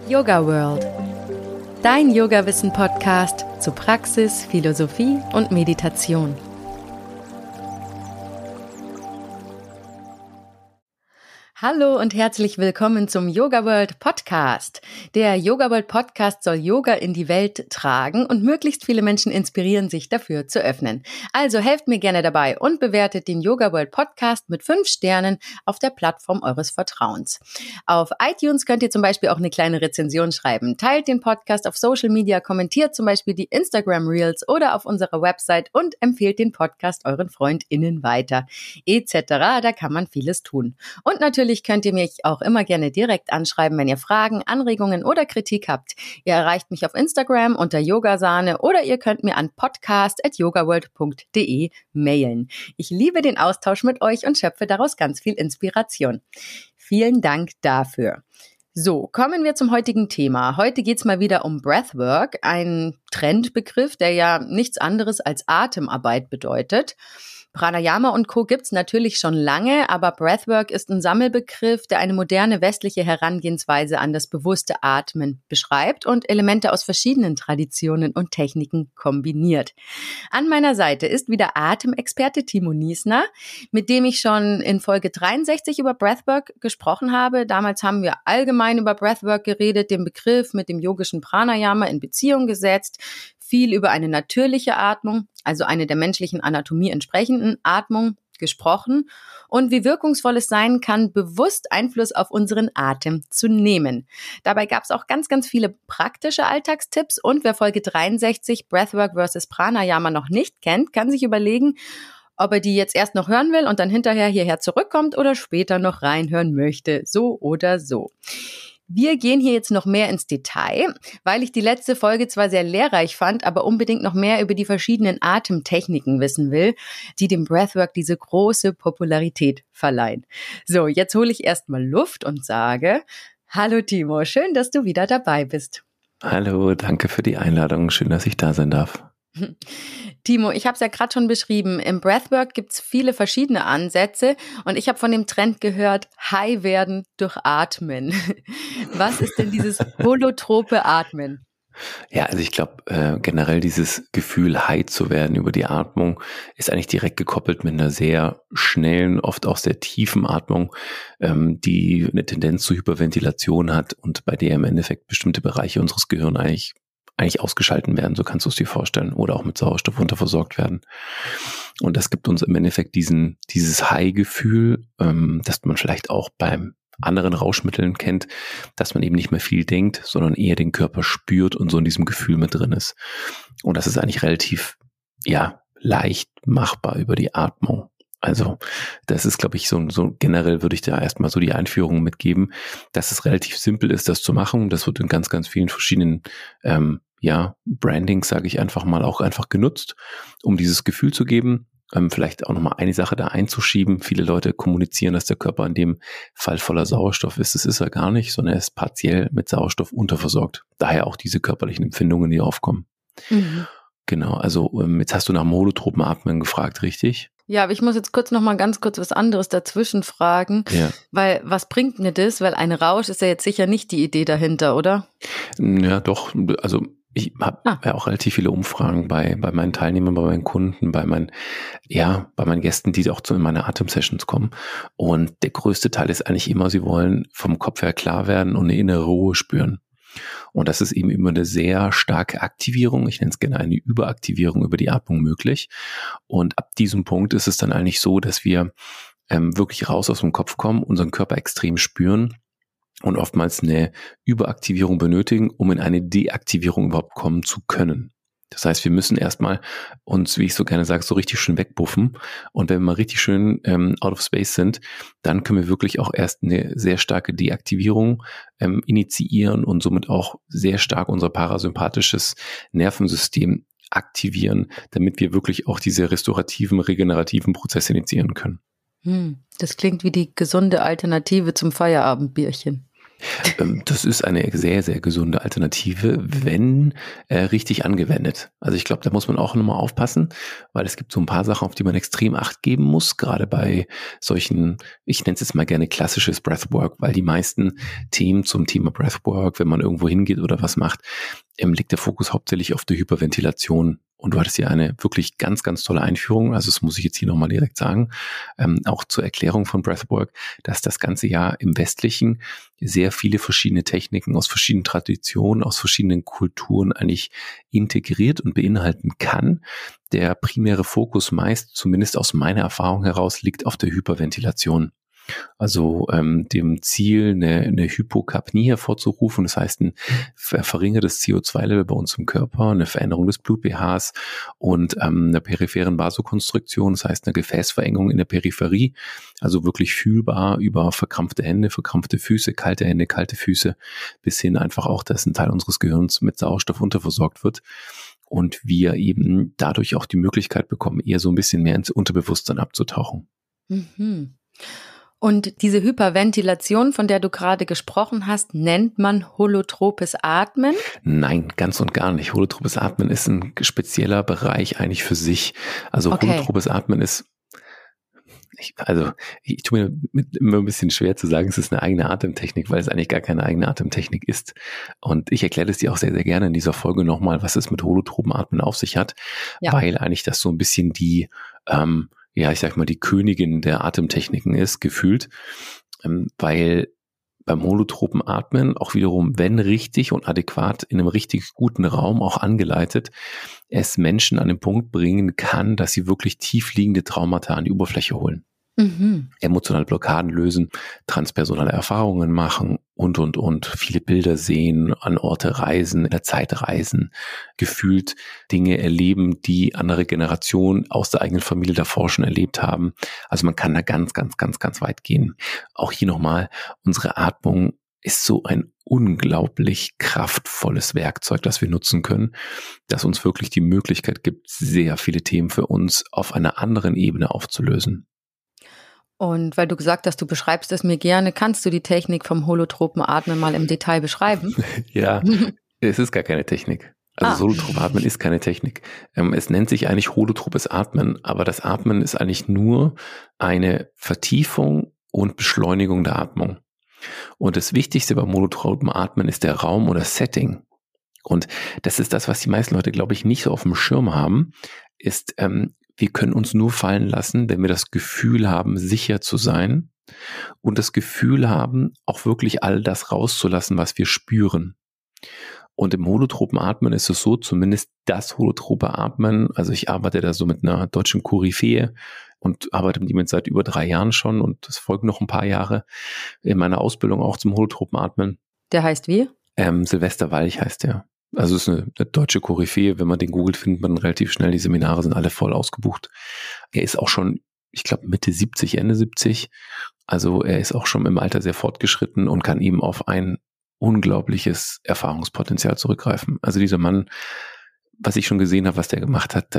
Yoga World. Dein Yoga-Wissen-Podcast zu Praxis, Philosophie und Meditation. Hallo und herzlich willkommen zum Yoga World Podcast. Der Yoga World Podcast soll Yoga in die Welt tragen und möglichst viele Menschen inspirieren, sich dafür zu öffnen. Also helft mir gerne dabei und bewertet den Yoga World Podcast mit 5 Sternen auf der Plattform eures Vertrauens. Auf iTunes könnt ihr zum Beispiel auch eine kleine Rezension schreiben. Teilt den Podcast auf Social Media, kommentiert zum Beispiel die Instagram Reels oder auf unserer Website und empfehlt den Podcast euren FreundInnen weiter. Etc. Da kann man vieles tun. Und natürlich könnt ihr mich auch immer gerne direkt anschreiben, wenn ihr Fragen, Anregungen oder Kritik habt. Ihr erreicht mich auf Instagram unter Yogasahne oder ihr könnt mir an podcast@yogaworld.de mailen. Ich liebe den Austausch mit euch und schöpfe daraus ganz viel Inspiration. Vielen Dank dafür. So, kommen wir zum heutigen Thema. Heute geht's mal wieder um Breathwork, ein Trendbegriff, der ja nichts anderes als Atemarbeit bedeutet. Pranayama und Co. gibt's natürlich schon lange, aber Breathwork ist ein Sammelbegriff, der eine moderne westliche Herangehensweise an das bewusste Atmen beschreibt und Elemente aus verschiedenen Traditionen und Techniken kombiniert. An meiner Seite ist wieder Atemexperte Timo Niesner, mit dem ich schon in Folge 63 über Breathwork gesprochen habe. Damals haben wir allgemein über Breathwork geredet, den Begriff mit dem yogischen Pranayama in Beziehung gesetzt, viel über eine natürliche Atmung, also eine der menschlichen Anatomie entsprechenden Atmung gesprochen und wie wirkungsvoll es sein kann, bewusst Einfluss auf unseren Atem zu nehmen. Dabei gab es auch ganz, ganz viele praktische Alltagstipps und wer Folge 63 Breathwork vs. Pranayama noch nicht kennt, kann sich überlegen, ob er die jetzt erst noch hören will und dann hinterher hierher zurückkommt oder später noch reinhören möchte, so oder so. Wir gehen hier jetzt noch mehr ins Detail, weil ich die letzte Folge zwar sehr lehrreich fand, aber unbedingt noch mehr über die verschiedenen Atemtechniken wissen will, die dem Breathwork diese große Popularität verleihen. So, jetzt hole ich erstmal Luft und sage, hallo Timo, schön, dass du wieder dabei bist. Hallo, danke für die Einladung, schön, dass ich da sein darf. Timo, ich habe es ja gerade schon beschrieben, im Breathwork gibt es viele verschiedene Ansätze und ich habe von dem Trend gehört, High werden durch Atmen. Was ist denn dieses holotrope Atmen? Ja, also ich glaube, generell dieses Gefühl, high zu werden über die Atmung, ist eigentlich direkt gekoppelt mit einer sehr schnellen, oft auch sehr tiefen Atmung, die eine Tendenz zur Hyperventilation hat und bei der im Endeffekt bestimmte Bereiche unseres Gehirns eigentlich ausgeschalten werden, so kannst du es dir vorstellen, oder auch mit Sauerstoff unterversorgt werden. Und das gibt uns im Endeffekt dieses High-Gefühl, das man vielleicht auch beim anderen Rauschmitteln kennt, dass man eben nicht mehr viel denkt, sondern eher den Körper spürt und so in diesem Gefühl mit drin ist. Und das ist eigentlich relativ, leicht machbar über die Atmung. Also das ist, glaube ich, so generell würde ich da erstmal so die Einführung mitgeben, dass es relativ simpel ist, das zu machen. Das wird in ganz, ganz vielen verschiedenen Brandings, sage ich einfach mal, auch einfach genutzt, um dieses Gefühl zu geben. Vielleicht auch nochmal eine Sache da einzuschieben. Viele Leute kommunizieren, dass der Körper in dem Fall voller Sauerstoff ist. Das ist er gar nicht, sondern er ist partiell mit Sauerstoff unterversorgt. Daher auch diese körperlichen Empfindungen, die aufkommen. Mhm. Genau, also jetzt hast du nach dem holotropen Atmen gefragt, richtig? Ja, aber ich muss jetzt ganz kurz was anderes dazwischen fragen, weil was bringt mir das? Weil ein Rausch ist ja jetzt sicher nicht die Idee dahinter, oder? Ja, doch, also ich habe ja auch relativ viele Umfragen bei meinen Teilnehmern, bei meinen Kunden, bei meinen Gästen, die auch in meine Atemsessions kommen. Und der größte Teil ist eigentlich immer, sie wollen vom Kopf her klar werden und eine innere Ruhe spüren. Und das ist eben immer eine sehr starke Aktivierung, ich nenne es gerne eine Überaktivierung über die Atmung möglich. Und ab diesem Punkt ist es dann eigentlich so, dass wir wirklich raus aus dem Kopf kommen, unseren Körper extrem spüren und oftmals eine Überaktivierung benötigen, um in eine Deaktivierung überhaupt kommen zu können. Das heißt, wir müssen erstmal uns, wie ich so gerne sage, so richtig schön wegbuffen. Und wenn wir mal richtig schön out of space sind, dann können wir wirklich auch erst eine sehr starke Deaktivierung initiieren und somit auch sehr stark unser parasympathisches Nervensystem aktivieren, damit wir wirklich auch diese restaurativen, regenerativen Prozesse initiieren können. Das klingt wie die gesunde Alternative zum Feierabendbierchen. Das ist eine sehr, sehr gesunde Alternative, wenn richtig angewendet. Also ich glaube, da muss man auch nochmal aufpassen, weil es gibt so ein paar Sachen, auf die man extrem Acht geben muss, gerade bei solchen, ich nenne es jetzt mal gerne klassisches Breathwork, weil die meisten Themen zum Thema Breathwork, wenn man irgendwo hingeht oder was macht, liegt der Fokus hauptsächlich auf der Hyperventilation. Und du hattest ja eine wirklich ganz, ganz tolle Einführung, also das muss ich jetzt hier nochmal direkt sagen, auch zur Erklärung von Breathwork, dass das ganze ja im Westlichen sehr viele verschiedene Techniken aus verschiedenen Traditionen, aus verschiedenen Kulturen eigentlich integriert und beinhalten kann. Der primäre Fokus meist, zumindest aus meiner Erfahrung heraus, liegt auf der Hyperventilation. Also dem Ziel, eine Hypokapnie hervorzurufen, das heißt ein verringertes CO2-Level bei uns im Körper, eine Veränderung des Blut-pHs und einer peripheren Vasokonstriktion, das heißt eine Gefäßverengung in der Peripherie, also wirklich fühlbar über verkrampfte Hände, verkrampfte Füße, kalte Hände, kalte Füße, bis hin einfach auch, dass ein Teil unseres Gehirns mit Sauerstoff unterversorgt wird. Und wir eben dadurch auch die Möglichkeit bekommen, eher so ein bisschen mehr ins Unterbewusstsein abzutauchen. Mhm. Und diese Hyperventilation, von der du gerade gesprochen hast, nennt man holotropes Atmen? Nein, ganz und gar nicht. Holotropes Atmen ist ein spezieller Bereich eigentlich für sich. Also Okay. holotropes Atmen ist, ich tue mir immer ein bisschen schwer zu sagen, es ist eine eigene Atemtechnik, weil es eigentlich gar keine eigene Atemtechnik ist. Und ich erkläre das dir auch sehr, sehr gerne in dieser Folge nochmal, was es mit holotropem Atmen auf sich hat, weil eigentlich das so ein bisschen die ich sag mal, die Königin der Atemtechniken ist, gefühlt, weil beim holotropen Atmen auch wiederum, wenn richtig und adäquat in einem richtig guten Raum auch angeleitet, es Menschen an den Punkt bringen kann, dass sie wirklich tief liegende Traumata an die Oberfläche holen. Emotionale Blockaden lösen, transpersonale Erfahrungen machen und viele Bilder sehen, an Orte reisen, in der Zeit reisen, gefühlt Dinge erleben, die andere Generationen aus der eigenen Familie davor schon erlebt haben. Also man kann da ganz, ganz, ganz, ganz weit gehen. Auch hier nochmal, unsere Atmung ist so ein unglaublich kraftvolles Werkzeug, das wir nutzen können, das uns wirklich die Möglichkeit gibt, sehr viele Themen für uns auf einer anderen Ebene aufzulösen. Und weil du gesagt hast, du beschreibst es mir gerne, kannst du die Technik vom holotropen Atmen mal im Detail beschreiben? Ja, es ist gar keine Technik. Also holotropes Atmen ist keine Technik. Es nennt sich eigentlich holotropes Atmen, aber das Atmen ist eigentlich nur eine Vertiefung und Beschleunigung der Atmung. Und das Wichtigste beim holotropen Atmen ist der Raum oder Setting. Und das ist das, was die meisten Leute, glaube ich, nicht so auf dem Schirm haben, ist, wir können uns nur fallen lassen, wenn wir das Gefühl haben, sicher zu sein und das Gefühl haben, auch wirklich all das rauszulassen, was wir spüren. Und im holotropen Atmen ist es so, zumindest das holotrope Atmen, also ich arbeite da so mit einer deutschen Koryphäe und arbeite mit ihm seit über 3 Jahren schon und es folgen noch ein paar Jahre in meiner Ausbildung auch zum holotropen Atmen. Der heißt wie? Silvester Walch heißt der. Also es ist eine deutsche Koryphäe, wenn man den googelt, findet man relativ schnell, die Seminare sind alle voll ausgebucht. Er ist auch schon, ich glaube Mitte 70, Ende 70, also er ist auch schon im Alter sehr fortgeschritten und kann eben auf ein unglaubliches Erfahrungspotenzial zurückgreifen. Also dieser Mann, was ich schon gesehen habe, was der gemacht hat,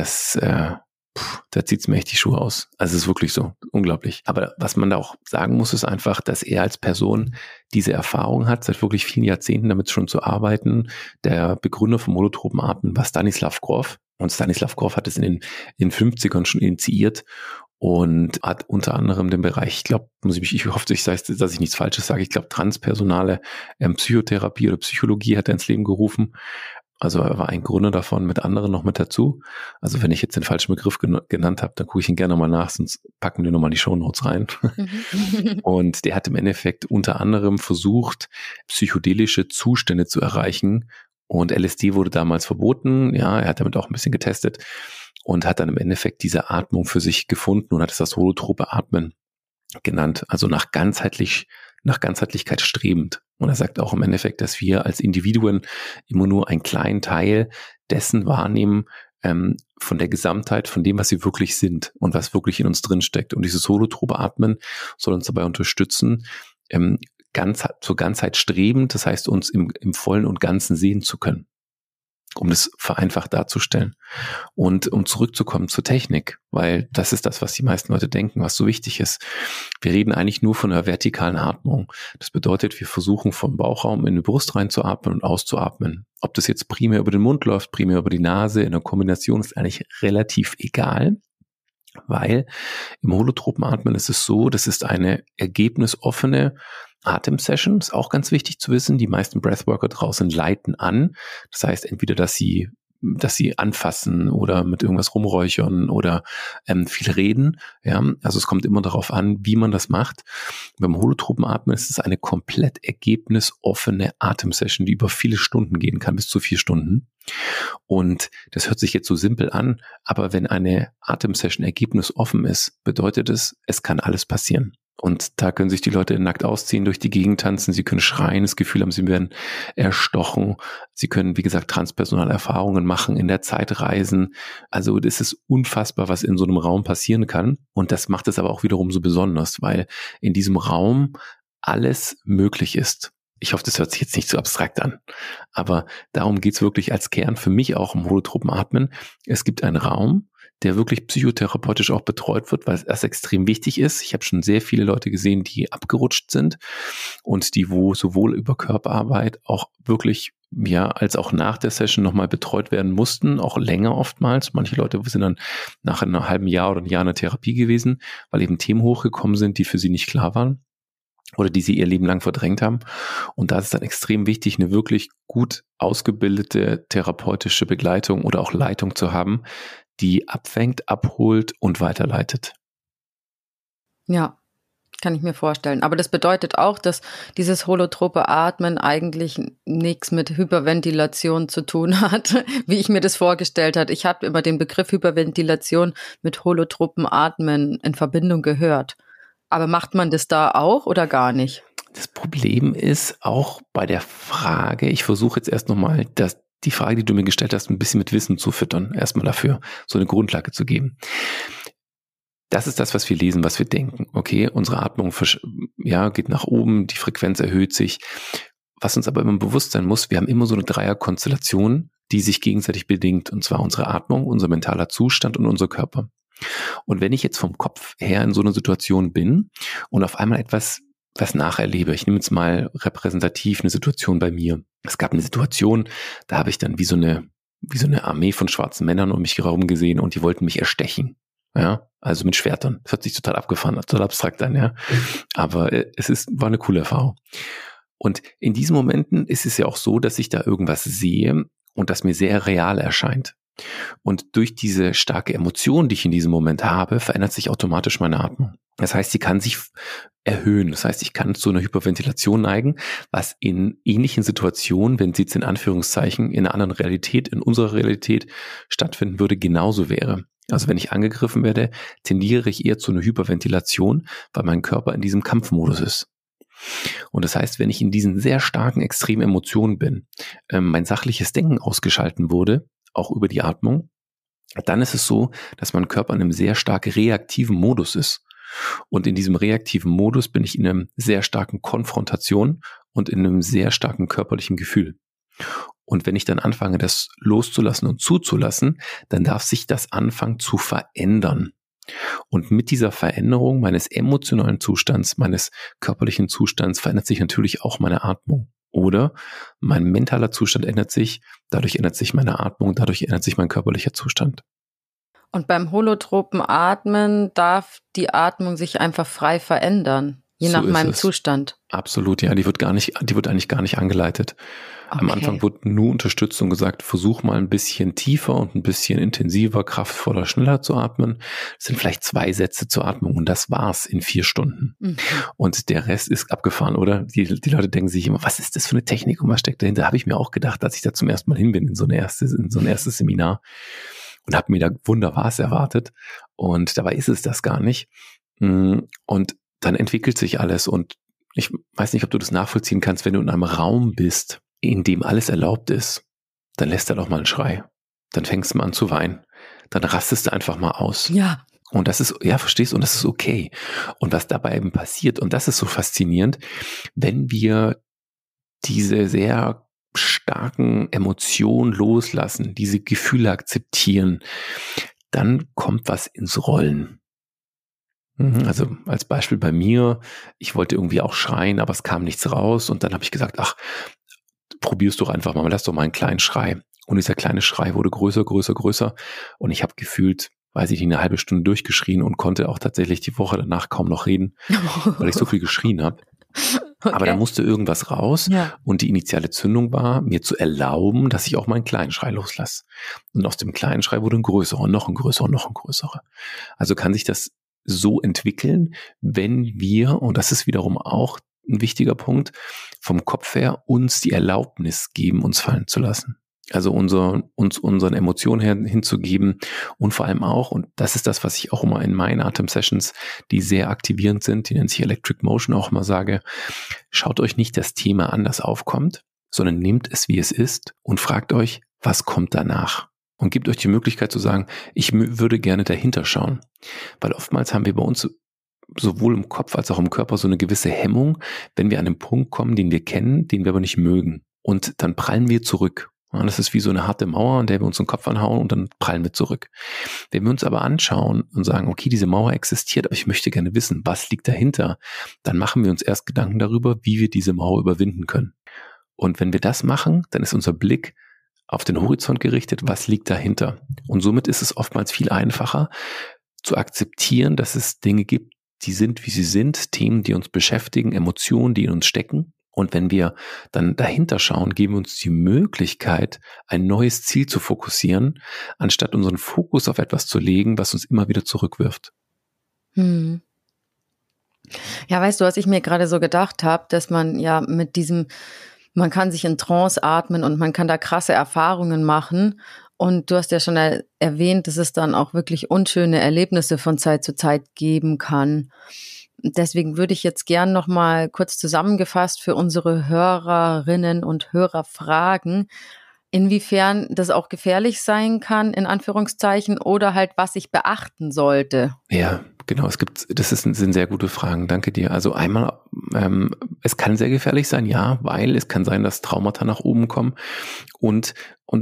da zieht es mir echt die Schuhe aus. Also es ist wirklich so, unglaublich. Aber was man da auch sagen muss, ist einfach, dass er als Person diese Erfahrung hat, seit wirklich vielen Jahrzehnten damit schon zu arbeiten. Der Begründer vom holotropen Atmen war Stanislav Grof. Und Stanislav Grof hat es in den 50ern schon initiiert und hat unter anderem den Bereich, ich hoffe, dass ich nichts Falsches sage, ich glaube, transpersonale Psychotherapie oder Psychologie hat er ins Leben gerufen. Also er war ein Gründer davon, mit anderen noch mit dazu. Also wenn ich jetzt den falschen Begriff genannt habe, dann gucke ich ihn gerne mal nach, sonst packen wir nochmal die Shownotes rein. Und der hat im Endeffekt unter anderem versucht, psychedelische Zustände zu erreichen. Und LSD wurde damals verboten. Ja, er hat damit auch ein bisschen getestet und hat dann im Endeffekt diese Atmung für sich gefunden und hat es das holotrope Atmen genannt. Also nach Ganzheitlichkeit strebend. Und er sagt auch im Endeffekt, dass wir als Individuen immer nur einen kleinen Teil dessen wahrnehmen, von der Gesamtheit, von dem, was wir wirklich sind und was wirklich in uns drin steckt. Und dieses holotrope Atmen soll uns dabei unterstützen, zur Ganzheit strebend, das heißt uns im Vollen und Ganzen sehen zu können. um das vereinfacht darzustellen. Und um zurückzukommen zur Technik, weil das ist das, was die meisten Leute denken, was so wichtig ist. Wir reden eigentlich nur von einer vertikalen Atmung. Das bedeutet, wir versuchen vom Bauchraum in die Brust reinzuatmen und auszuatmen. Ob das jetzt primär über den Mund läuft, primär über die Nase, in der Kombination ist eigentlich relativ egal, weil im holotropen Atmen ist es so, das ist eine ergebnisoffene Atemsession, ist auch ganz wichtig zu wissen. Die meisten Breathworker draußen leiten an. Das heißt entweder, dass sie anfassen oder mit irgendwas rumräuchern oder viel reden. Ja, also es kommt immer darauf an, wie man das macht. Beim holotropen Atmen ist es eine komplett ergebnisoffene Atemsession, die über viele Stunden gehen kann, bis zu 4 Stunden. Und das hört sich jetzt so simpel an, aber wenn eine Atemsession ergebnisoffen ist, bedeutet es, es kann alles passieren. Und da können sich die Leute nackt ausziehen, durch die Gegend tanzen, sie können schreien, das Gefühl haben, sie werden erstochen. Sie können, wie gesagt, transpersonale Erfahrungen machen, in der Zeit reisen. Also das ist unfassbar, was in so einem Raum passieren kann. Und das macht es aber auch wiederum so besonders, weil in diesem Raum alles möglich ist. Ich hoffe, das hört sich jetzt nicht so abstrakt an. Aber darum geht's wirklich als Kern für mich auch im holotropen Atmen. Es gibt einen Raum, der wirklich psychotherapeutisch auch betreut wird, weil das extrem wichtig ist. Ich habe schon sehr viele Leute gesehen, die abgerutscht sind und die wo sowohl über Körperarbeit auch wirklich, ja, als auch nach der Session nochmal betreut werden mussten, auch länger oftmals. Manche Leute sind dann nach einem halben Jahr oder einem Jahr in der Therapie gewesen, weil eben Themen hochgekommen sind, die für sie nicht klar waren oder die sie ihr Leben lang verdrängt haben. Und da ist es dann extrem wichtig, eine wirklich gut ausgebildete therapeutische Begleitung oder auch Leitung zu haben, die abfängt, abholt und weiterleitet. Ja, kann ich mir vorstellen. Aber das bedeutet auch, dass dieses holotrope Atmen eigentlich nichts mit Hyperventilation zu tun hat, wie ich mir das vorgestellt habe. Ich habe immer den Begriff Hyperventilation mit holotropem Atmen in Verbindung gehört. Aber macht man das da auch oder gar nicht? Das Problem ist auch bei der Frage, ich versuche jetzt erst nochmal, die Frage, die du mir gestellt hast, ein bisschen mit Wissen zu füttern, erstmal dafür so eine Grundlage zu geben. Das ist das, was wir lesen, was wir denken. Okay, unsere Atmung geht nach oben, die Frequenz erhöht sich. Was uns aber immer bewusst sein muss, wir haben immer so eine Dreierkonstellation, die sich gegenseitig bedingt, und zwar unsere Atmung, unser mentaler Zustand und unser Körper. Und wenn ich jetzt vom Kopf her in so einer Situation bin und auf einmal etwas nacherlebe, ich nehme jetzt mal repräsentativ eine Situation bei mir. Es gab eine Situation, da habe ich dann wie so eine Armee von schwarzen Männern um mich herum gesehen und die wollten mich erstechen. Ja, also mit Schwertern. Das hört sich total abgefahren, total abstrakt an, ja. Aber war eine coole Erfahrung. Und in diesen Momenten ist es ja auch so, dass ich da irgendwas sehe und das mir sehr real erscheint. Und durch diese starke Emotion, die ich in diesem Moment habe, verändert sich automatisch meine Atmung. Das heißt, sie kann sich erhöhen. Das heißt, ich kann zu einer Hyperventilation neigen, was in ähnlichen Situationen, wenn sie jetzt in Anführungszeichen in einer anderen Realität, in unserer Realität stattfinden würde, genauso wäre. Also wenn ich angegriffen werde, tendiere ich eher zu einer Hyperventilation, weil mein Körper in diesem Kampfmodus ist. Und das heißt, wenn ich in diesen sehr starken, extremen Emotionen bin, mein sachliches Denken ausgeschalten wurde, auch über die Atmung, dann ist es so, dass mein Körper in einem sehr stark reaktiven Modus ist. Und in diesem reaktiven Modus bin ich in einer sehr starken Konfrontation und in einem sehr starken körperlichen Gefühl. Und wenn ich dann anfange, das loszulassen und zuzulassen, dann darf sich das anfangen zu verändern. Und mit dieser Veränderung meines emotionalen Zustands, meines körperlichen Zustands, verändert sich natürlich auch meine Atmung. Oder mein mentaler Zustand ändert sich, dadurch ändert sich meine Atmung, dadurch ändert sich mein körperlicher Zustand. Und beim holotropen Atmen darf die Atmung sich einfach frei verändern, je nach meinem Zustand. Absolut, ja, die wird eigentlich gar nicht angeleitet. Okay. Am Anfang wird nur unterstützt und gesagt, versuch mal ein bisschen tiefer und ein bisschen intensiver, kraftvoller, schneller zu atmen. Das sind vielleicht 2 Sätze zur Atmung und das war's in 4 Stunden. Mhm. Und der Rest ist abgefahren, oder? Die Leute denken sich immer, was ist das für eine Technik und was steckt dahinter? Habe ich mir auch gedacht, als ich da zum ersten Mal hin bin in so ein erstes Seminar und habe mir da wunderbares erwartet und dabei ist es das gar nicht. Und dann entwickelt sich alles und ich weiß nicht, ob du das nachvollziehen kannst, wenn du in einem Raum bist, in dem alles erlaubt ist, dann lässt er doch mal einen Schrei. Dann fängst du mal an zu weinen. Dann rastest du einfach mal aus. Ja. Und das ist, ja, verstehst du, und das ist okay. Und was dabei eben passiert, und das ist so faszinierend, wenn wir diese sehr starken Emotion loslassen, diese Gefühle akzeptieren, dann kommt was ins Rollen. Also als Beispiel bei mir, ich wollte irgendwie auch schreien, aber es kam nichts raus und dann habe ich gesagt, ach, probier's doch einfach mal, lass doch mal einen kleinen Schrei. Und dieser kleine Schrei wurde größer, größer, größer und ich habe gefühlt, weiß ich nicht, eine halbe Stunde durchgeschrien und konnte auch tatsächlich die Woche danach kaum noch reden, weil ich so viel geschrien habe. Okay. Aber da musste irgendwas raus und die initiale Zündung war, mir zu erlauben, dass ich auch mal einen kleinen Schrei loslasse. Und aus dem kleinen Schrei wurde ein größerer und noch ein größerer und noch ein größerer. Also kann sich das so entwickeln, wenn wir, und das ist wiederum auch ein wichtiger Punkt, vom Kopf her uns die Erlaubnis geben, uns fallen zu lassen. Also uns unseren Emotionen hinzugeben und vor allem auch, und das ist das, was ich auch immer in meinen Atem-Sessions, die sehr aktivierend sind, die nennt sich Electric Motion, auch immer sage, schaut euch nicht das Thema an, das aufkommt, sondern nehmt es, wie es ist und fragt euch, was kommt danach? Und gebt euch die Möglichkeit zu sagen, ich würde gerne dahinter schauen. Weil oftmals haben wir bei uns sowohl im Kopf als auch im Körper so eine gewisse Hemmung, wenn wir an einen Punkt kommen, den wir kennen, den wir aber nicht mögen. Und dann prallen wir zurück. Und das ist wie so eine harte Mauer, an der wir uns den Kopf anhauen und dann prallen wir zurück. Wenn wir uns aber anschauen und sagen, okay, diese Mauer existiert, aber ich möchte gerne wissen, was liegt dahinter, dann machen wir uns erst Gedanken darüber, wie wir diese Mauer überwinden können. Und wenn wir das machen, dann ist unser Blick auf den Horizont gerichtet, was liegt dahinter. Und somit ist es oftmals viel einfacher zu akzeptieren, dass es Dinge gibt, die sind, wie sie sind, Themen, die uns beschäftigen, Emotionen, die in uns stecken. Und wenn wir dann dahinter schauen, geben wir uns die Möglichkeit, ein neues Ziel zu fokussieren, anstatt unseren Fokus auf etwas zu legen, was uns immer wieder zurückwirft. Ja, weißt du, was ich mir gerade so gedacht habe, dass man ja mit diesem, man kann sich in Trance atmen und man kann da krasse Erfahrungen machen. Und du hast ja schon erwähnt, dass es dann auch wirklich unschöne Erlebnisse von Zeit zu Zeit geben kann. Deswegen würde ich jetzt gern noch mal kurz zusammengefasst für unsere Hörerinnen und Hörer fragen, inwiefern das auch gefährlich sein kann, in Anführungszeichen, oder halt, was ich beachten sollte. Ja, genau. Sind sehr gute Fragen. Danke dir. Also einmal, es kann sehr gefährlich sein, ja, weil es kann sein, dass Traumata nach oben kommen und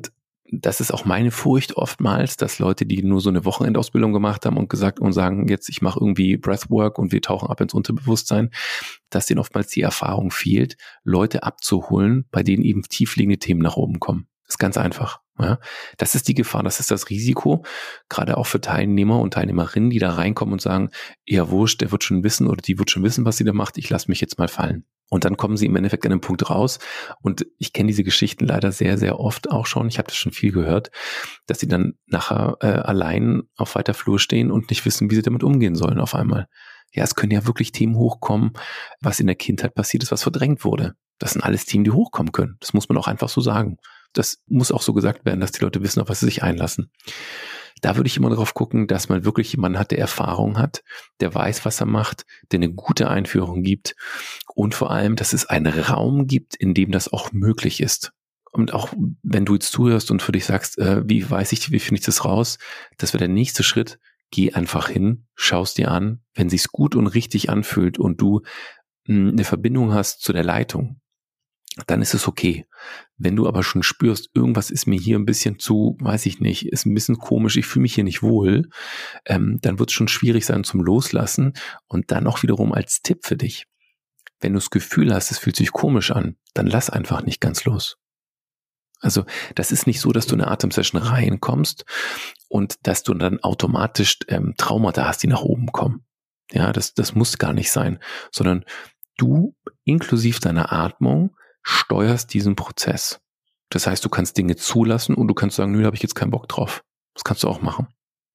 das ist auch meine Furcht oftmals, dass Leute, die nur so eine Wochenendausbildung gemacht haben und sagen, jetzt ich mache irgendwie Breathwork und wir tauchen ab ins Unterbewusstsein, dass denen oftmals die Erfahrung fehlt, Leute abzuholen, bei denen eben tiefliegende Themen nach oben kommen. Das ist ganz einfach. Ja. Das ist die Gefahr, das ist das Risiko, gerade auch für Teilnehmer und Teilnehmerinnen, die da reinkommen und sagen, ja wurscht, der wird schon wissen oder die wird schon wissen, was sie da macht, ich lasse mich jetzt mal fallen. Und dann kommen sie im Endeffekt an einem Punkt raus. Und ich kenne diese Geschichten leider sehr, sehr oft auch schon. Ich habe das schon viel gehört, dass sie dann nachher allein auf weiter Flur stehen und nicht wissen, wie sie damit umgehen sollen auf einmal. Ja, es können ja wirklich Themen hochkommen, was in der Kindheit passiert ist, was verdrängt wurde. Das sind alles Themen, die hochkommen können. Das muss man auch einfach so sagen. Das muss auch so gesagt werden, dass die Leute wissen, auf was sie sich einlassen. Da würde ich immer darauf gucken, dass man wirklich jemanden hat, der Erfahrung hat, der weiß, was er macht, der eine gute Einführung gibt und vor allem, dass es einen Raum gibt, in dem das auch möglich ist. Und auch wenn du jetzt zuhörst und für dich sagst, wie finde ich das raus, das wäre der nächste Schritt, geh einfach hin, schaust dir an, wenn sich's gut und richtig anfühlt und du eine Verbindung hast zu der Leitung, dann ist es okay. Wenn du aber schon spürst, irgendwas ist mir hier ein bisschen zu, weiß ich nicht, ist ein bisschen komisch, ich fühle mich hier nicht wohl, dann wird es schon schwierig sein zum Loslassen. Und dann auch wiederum als Tipp für dich, wenn du das Gefühl hast, es fühlt sich komisch an, dann lass einfach nicht ganz los. Also das ist nicht so, dass du in eine Atemsession reinkommst und dass du dann automatisch Traumata hast, die nach oben kommen. Ja, das muss gar nicht sein, sondern du inklusiv deiner Atmung steuerst diesen Prozess. Das heißt, du kannst Dinge zulassen und du kannst sagen, nö, da habe ich jetzt keinen Bock drauf. Das kannst du auch machen.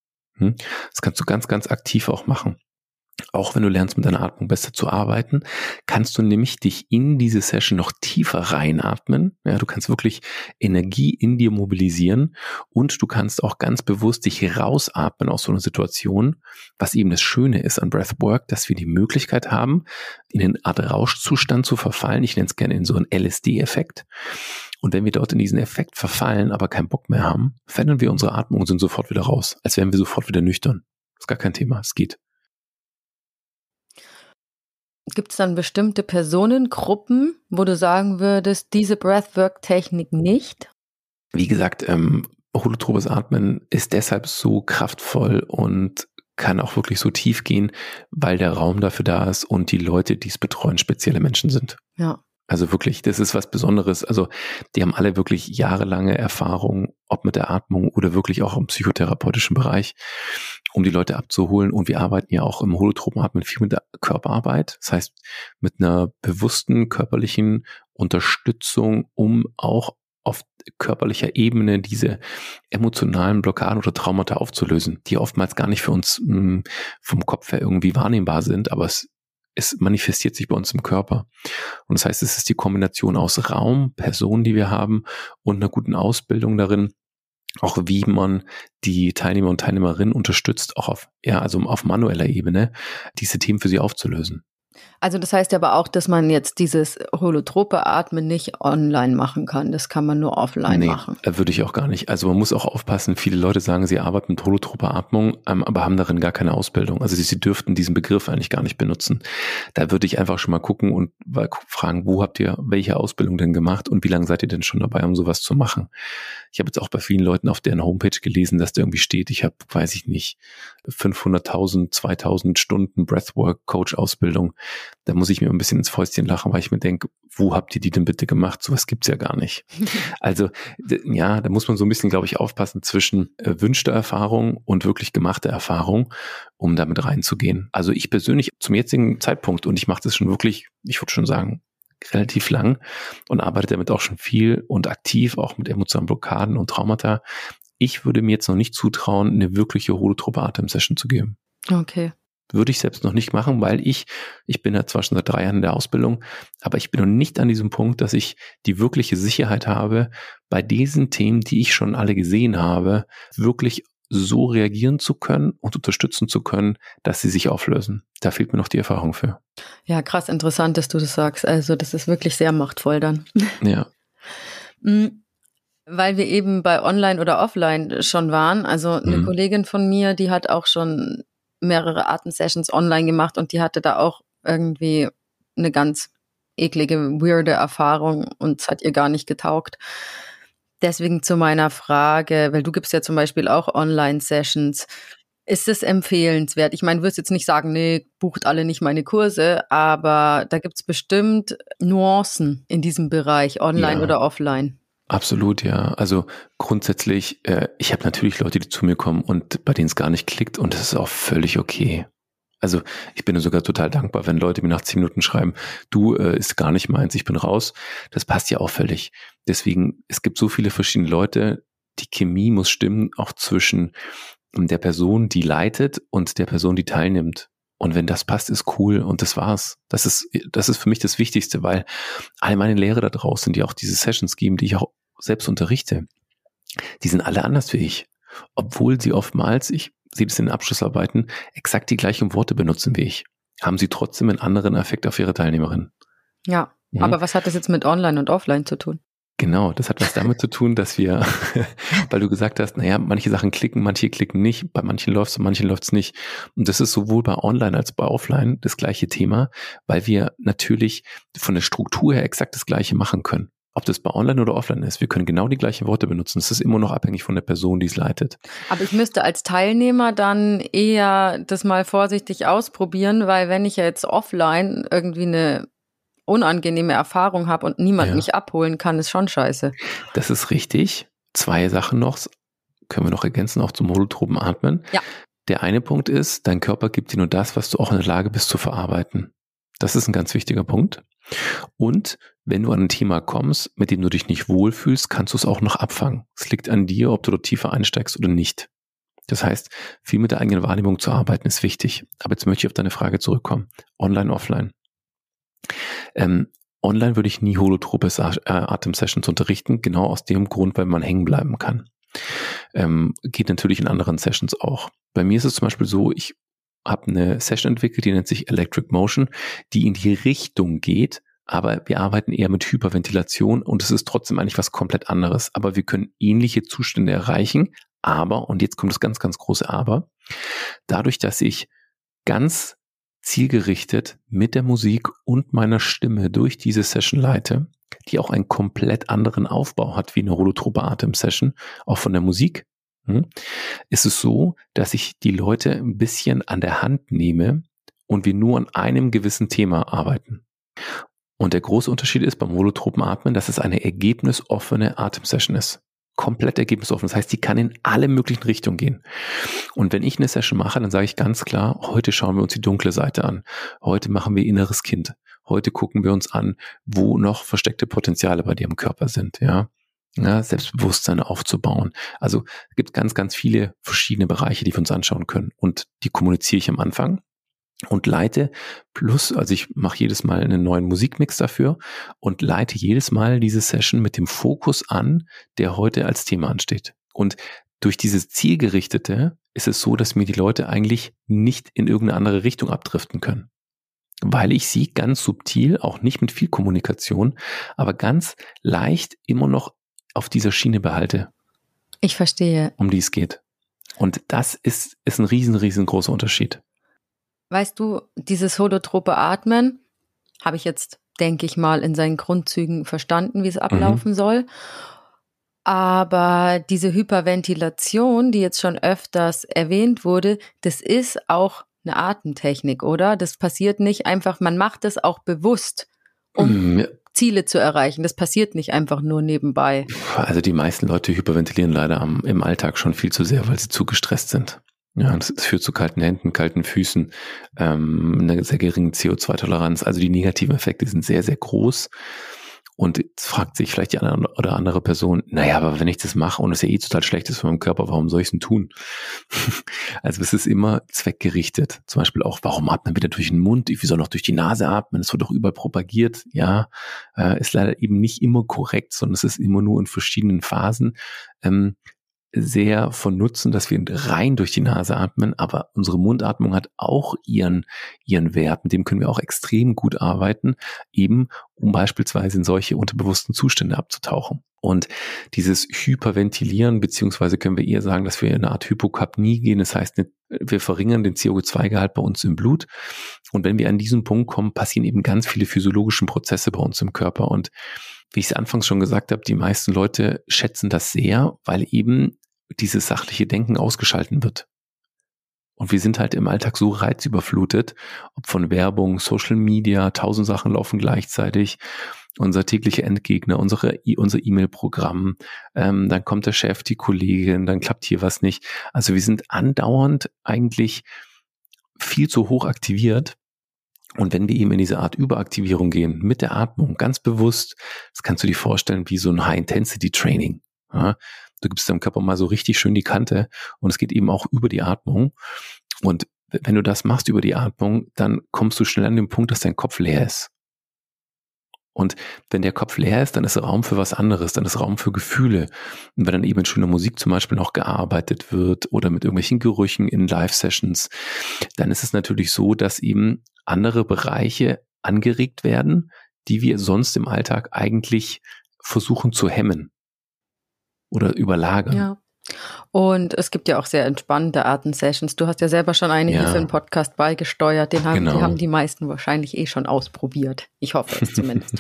Das kannst du ganz, ganz aktiv auch machen. Auch wenn du lernst, mit deiner Atmung besser zu arbeiten, kannst du nämlich dich in diese Session noch tiefer reinatmen. Ja, du kannst wirklich Energie in dir mobilisieren und du kannst auch ganz bewusst dich rausatmen aus so einer Situation, was eben das Schöne ist an Breathwork, dass wir die Möglichkeit haben, in eine Art Rauschzustand zu verfallen. Ich nenne es gerne in so einen LSD-Effekt. Und wenn wir dort in diesen Effekt verfallen, aber keinen Bock mehr haben, verändern wir unsere Atmung und sind sofort wieder raus, als wären wir sofort wieder nüchtern. Das ist gar kein Thema, es geht. Gibt es dann bestimmte Personengruppen, wo du sagen würdest, diese Breathwork-Technik nicht? Wie gesagt, holotropes Atmen ist deshalb so kraftvoll und kann auch wirklich so tief gehen, weil der Raum dafür da ist und die Leute, die es betreuen, spezielle Menschen sind. Ja. Also wirklich, das ist was Besonderes. Also die haben alle wirklich jahrelange Erfahrung, ob mit der Atmung oder wirklich auch im psychotherapeutischen Bereich, um die Leute abzuholen. Und wir arbeiten ja auch im holotropen Atmen viel mit der Körperarbeit. Das heißt, mit einer bewussten körperlichen Unterstützung, um auch auf körperlicher Ebene diese emotionalen Blockaden oder Traumata aufzulösen, die oftmals gar nicht für uns vom Kopf her irgendwie wahrnehmbar sind, aber es manifestiert sich bei uns im Körper. Und das heißt, es ist die Kombination aus Raum, Personen, die wir haben und einer guten Ausbildung darin, auch wie man die Teilnehmer und Teilnehmerinnen unterstützt, auch auf manueller Ebene, diese Themen für sie aufzulösen. Also das heißt aber auch, dass man jetzt dieses holotrope Atmen nicht online machen kann. Das kann man nur offline machen. Würde ich auch gar nicht. Also man muss auch aufpassen, viele Leute sagen, sie arbeiten mit holotroper Atmung, aber haben darin gar keine Ausbildung. Also sie dürften diesen Begriff eigentlich gar nicht benutzen. Da würde ich einfach schon mal gucken und fragen, wo habt ihr welche Ausbildung denn gemacht und wie lange seid ihr denn schon dabei, um sowas zu machen? Ich habe jetzt auch bei vielen Leuten auf deren Homepage gelesen, dass da irgendwie steht, ich habe, 500.000, 2.000 Stunden Breathwork-Coach-Ausbildung. Da muss ich mir ein bisschen ins Fäustchen lachen, weil ich mir denke, wo habt ihr die denn bitte gemacht? Sowas gibt's ja gar nicht. Also ja, da muss man so ein bisschen, glaube ich, aufpassen zwischen wünschter Erfahrung und wirklich gemachter Erfahrung, um damit reinzugehen. Also ich persönlich zum jetzigen Zeitpunkt, und ich mache das schon wirklich, ich würde schon sagen, relativ lang und arbeite damit auch schon viel und aktiv, auch mit emotionalen Blockaden und Traumata. Ich würde mir jetzt noch nicht zutrauen, eine wirkliche holotrope Atem-Session zu geben. Okay. Würde ich selbst noch nicht machen, weil ich bin ja zwar schon seit 3 Jahren in der Ausbildung, aber ich bin noch nicht an diesem Punkt, dass ich die wirkliche Sicherheit habe, bei diesen Themen, die ich schon alle gesehen habe, wirklich so reagieren zu können und unterstützen zu können, dass sie sich auflösen. Da fehlt mir noch die Erfahrung für. Ja, krass interessant, dass du das sagst. Also das ist wirklich sehr machtvoll dann. Ja. Weil wir eben bei Online oder Offline schon waren. Also eine Kollegin von mir, die hat auch schon mehrere Atemsessions online gemacht und die hatte da auch irgendwie eine ganz eklige, weirde Erfahrung und es hat ihr gar nicht getaugt. Deswegen zu meiner Frage, weil du gibst ja zum Beispiel auch Online-Sessions. Ist es empfehlenswert? Ich meine, du wirst jetzt nicht sagen, nee, bucht alle nicht meine Kurse, aber da gibt es bestimmt Nuancen in diesem Bereich, online oder offline. Absolut, ja. Also grundsätzlich, ich habe natürlich Leute, die zu mir kommen und bei denen es gar nicht klickt und das ist auch völlig okay. Also ich bin sogar total dankbar, wenn Leute mir nach 10 Minuten schreiben, du, ist gar nicht meins, ich bin raus. Das passt ja auch völlig. Deswegen, es gibt so viele verschiedene Leute, die Chemie muss stimmen, auch zwischen der Person, die leitet und der Person, die teilnimmt. Und wenn das passt, ist cool und das war's. Das ist für mich das Wichtigste, weil all meine Lehrer da draußen, die auch diese Sessions geben, die ich auch selbst unterrichte, die sind alle anders wie ich. Obwohl sie oftmals, ich sehe das in den Abschlussarbeiten, exakt die gleichen Worte benutzen wie ich, haben sie trotzdem einen anderen Effekt auf ihre Teilnehmerin. Ja, aber was hat das jetzt mit Online und Offline zu tun? Genau, das hat was damit zu tun, dass wir, weil du gesagt hast, naja, manche Sachen klicken, manche klicken nicht, bei manchen läuft's und manchen läuft's nicht. Und das ist sowohl bei Online als bei Offline das gleiche Thema, weil wir natürlich von der Struktur her exakt das Gleiche machen können. Ob das bei Online oder Offline ist, wir können genau die gleichen Worte benutzen. Es ist immer noch abhängig von der Person, die es leitet. Aber ich müsste als Teilnehmer dann eher das mal vorsichtig ausprobieren, weil wenn ich ja jetzt offline irgendwie eine unangenehme Erfahrung habe und niemand mich abholen kann, ist schon scheiße. Das ist richtig. 2 Sachen noch, können wir noch ergänzen, auch zum holotropen Atmen. Ja. Der eine Punkt ist, dein Körper gibt dir nur das, was du auch in der Lage bist zu verarbeiten. Das ist ein ganz wichtiger Punkt. Und wenn du an ein Thema kommst, mit dem du dich nicht wohlfühlst, kannst du es auch noch abfangen. Es liegt an dir, ob du dort tiefer einsteigst oder nicht. Das heißt, viel mit der eigenen Wahrnehmung zu arbeiten ist wichtig. Aber jetzt möchte ich auf deine Frage zurückkommen. Online, offline. Online würde ich nie holotrope Atem-Sessions unterrichten, genau aus dem Grund, weil man hängen bleiben kann. Geht natürlich in anderen Sessions auch. Bei mir ist es zum Beispiel so, ich habe eine Session entwickelt, die nennt sich Electric Motion, die in die Richtung geht, aber wir arbeiten eher mit Hyperventilation und es ist trotzdem eigentlich was komplett anderes. Aber wir können ähnliche Zustände erreichen, aber, und jetzt kommt das ganz, ganz große Aber, dadurch, dass ich ganz zielgerichtet mit der Musik und meiner Stimme durch diese Session leite, die auch einen komplett anderen Aufbau hat wie eine holotrope Atem-Session, auch von der Musik, ist es so, dass ich die Leute ein bisschen an der Hand nehme und wir nur an einem gewissen Thema arbeiten. Und der große Unterschied ist beim holotropen Atmen, dass es eine ergebnisoffene Atemsession ist. Komplett ergebnisoffen. Das heißt, die kann in alle möglichen Richtungen gehen. Und wenn ich eine Session mache, dann sage ich ganz klar, heute schauen wir uns die dunkle Seite an. Heute machen wir inneres Kind. Heute gucken wir uns an, wo noch versteckte Potenziale bei dir im Körper sind, ja. Selbstbewusstsein aufzubauen. Also es gibt ganz, ganz viele verschiedene Bereiche, die wir uns anschauen können. Und die kommuniziere ich am Anfang und leite also ich mache jedes Mal einen neuen Musikmix dafür und leite jedes Mal diese Session mit dem Fokus an, der heute als Thema ansteht. Und durch dieses Zielgerichtete ist es so, dass mir die Leute eigentlich nicht in irgendeine andere Richtung abdriften können. Weil ich sie ganz subtil, auch nicht mit viel Kommunikation, aber ganz leicht immer noch auf dieser Schiene behalte. Ich verstehe. Um die es geht. Und das ist ein riesengroßer Unterschied. Weißt du, dieses holotrope Atmen habe ich jetzt, denke ich mal, in seinen Grundzügen verstanden, wie es ablaufen soll. Aber diese Hyperventilation, die jetzt schon öfters erwähnt wurde, das ist auch eine Atemtechnik, oder? Das passiert nicht einfach, man macht es auch bewusst, um Ziele zu erreichen. Das passiert nicht einfach nur nebenbei. Also die meisten Leute hyperventilieren leider im Alltag schon viel zu sehr, weil sie zu gestresst sind. Ja, das führt zu kalten Händen, kalten Füßen, einer sehr geringen CO2-Toleranz. Also die negativen Effekte sind sehr, sehr groß. Und jetzt fragt sich vielleicht die eine oder andere Person, naja, aber wenn ich das mache und es ja total schlecht ist für meinen Körper, warum soll ich es denn tun? Also es ist immer zweckgerichtet. Zum Beispiel auch, warum atmen wir durch den Mund? Wie soll noch durch die Nase atmen? Es wird doch überall propagiert. Ja, ist leider eben nicht immer korrekt, sondern es ist immer nur in verschiedenen Phasen sehr von Nutzen, dass wir rein durch die Nase atmen, aber unsere Mundatmung hat auch ihren Wert, mit dem können wir auch extrem gut arbeiten, eben um beispielsweise in solche unterbewussten Zustände abzutauchen. Und dieses Hyperventilieren, beziehungsweise können wir eher sagen, dass wir in eine Art Hypokapnie gehen, das heißt, wir verringern den CO2-Gehalt bei uns im Blut und wenn wir an diesen Punkt kommen, passieren eben ganz viele physiologische Prozesse bei uns im Körper und wie ich es anfangs schon gesagt habe, die meisten Leute schätzen das sehr, weil eben dieses sachliche Denken ausgeschalten wird. Und wir sind halt im Alltag so reizüberflutet, ob von Werbung, Social Media, 1000 Sachen laufen gleichzeitig, unser täglicher Endgegner, unser E-Mail-Programm, dann kommt der Chef, die Kollegin, dann klappt hier was nicht. Also wir sind andauernd eigentlich viel zu hoch aktiviert. Und wenn wir eben in diese Art Überaktivierung gehen, mit der Atmung, ganz bewusst, das kannst du dir vorstellen wie so ein High-Intensity-Training. Ja? Du gibst deinem Körper mal so richtig schön die Kante und es geht eben auch über die Atmung. Und wenn du das machst über die Atmung, dann kommst du schnell an den Punkt, dass dein Kopf leer ist. Und wenn der Kopf leer ist, dann ist Raum für was anderes, dann ist Raum für Gefühle. Und wenn dann eben in schöner Musik zum Beispiel noch gearbeitet wird oder mit irgendwelchen Gerüchen in Live-Sessions, dann ist es natürlich so, dass eben andere Bereiche angeregt werden, die wir sonst im Alltag eigentlich versuchen zu hemmen oder überlagern. Ja. Und es gibt ja auch sehr entspannte Atem-Sessions. Du hast ja selber schon einige für den Podcast beigesteuert. Die haben die meisten wahrscheinlich schon ausprobiert. Ich hoffe es zumindest.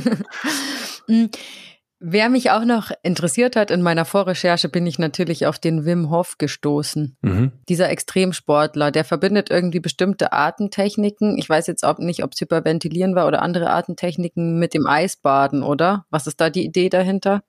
Wer mich auch noch interessiert hat, in meiner Vorrecherche bin ich natürlich auf den Wim Hof gestoßen. Dieser Extremsportler, der verbindet irgendwie bestimmte Atemtechniken. Ich weiß jetzt nicht, ob es Hyperventilieren war oder andere Atemtechniken mit dem Eisbaden, oder? Was ist da die Idee dahinter?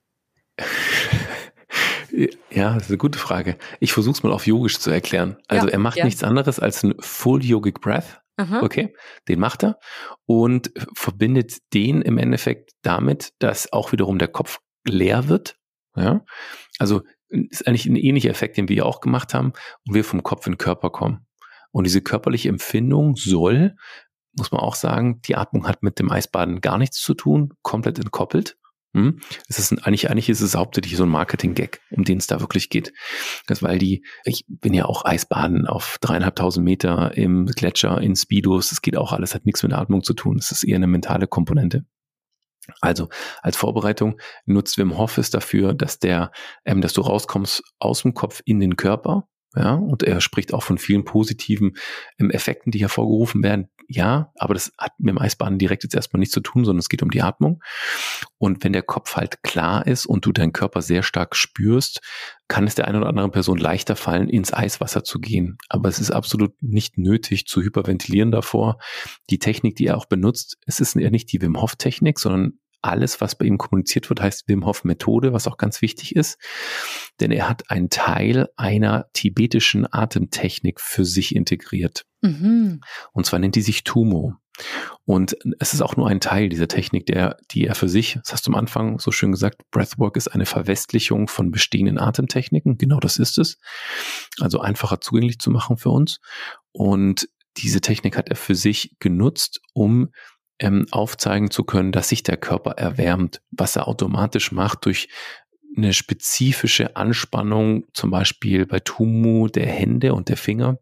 Ja, das ist eine gute Frage. Ich versuche es mal auf Yogisch zu erklären. Also er macht nichts anderes als ein Full Yogic Breath. Okay, den macht er und verbindet den im Endeffekt damit, dass auch wiederum der Kopf leer wird. Ja, also ist eigentlich ein ähnlicher Effekt, den wir auch gemacht haben und wir vom Kopf in den Körper kommen. Und diese körperliche Empfindung soll, muss man auch sagen, die Atmung hat mit dem Eisbaden gar nichts zu tun, komplett entkoppelt. Eigentlich ist es hauptsächlich so ein Marketing-Gag, um den es da wirklich geht. Das, weil ich bin ja auch Eisbaden auf 3.500 Meter im Gletscher, in Speedos, das geht auch alles, hat nichts mit der Atmung zu tun. Es ist eher eine mentale Komponente. Also als Vorbereitung nutzt Wim Hof es dafür, dass du rauskommst aus dem Kopf in den Körper. Ja, und er spricht auch von vielen positiven Effekten, die hervorgerufen werden. Ja, aber das hat mit dem Eisbaden direkt jetzt erstmal nichts zu tun, sondern es geht um die Atmung. Und wenn der Kopf halt klar ist und du deinen Körper sehr stark spürst, kann es der einen oder anderen Person leichter fallen, ins Eiswasser zu gehen. Aber es ist absolut nicht nötig zu hyperventilieren davor. Die Technik, die er auch benutzt, es ist ja nicht die Wim Hof Technik, sondern alles, was bei ihm kommuniziert wird, heißt Wim Hof Methode, was auch ganz wichtig ist. Denn er hat einen Teil einer tibetischen Atemtechnik für sich integriert. Mhm. Und zwar nennt die sich Tumo. Und es ist auch nur ein Teil dieser Technik, die er für sich, das hast du am Anfang so schön gesagt, Breathwork ist eine Verwestlichung von bestehenden Atemtechniken. Genau das ist es. Also einfacher zugänglich zu machen für uns. Und diese Technik hat er für sich genutzt, um aufzeigen zu können, dass sich der Körper erwärmt, was er automatisch macht durch eine spezifische Anspannung, zum Beispiel bei Tumu der Hände und der Finger.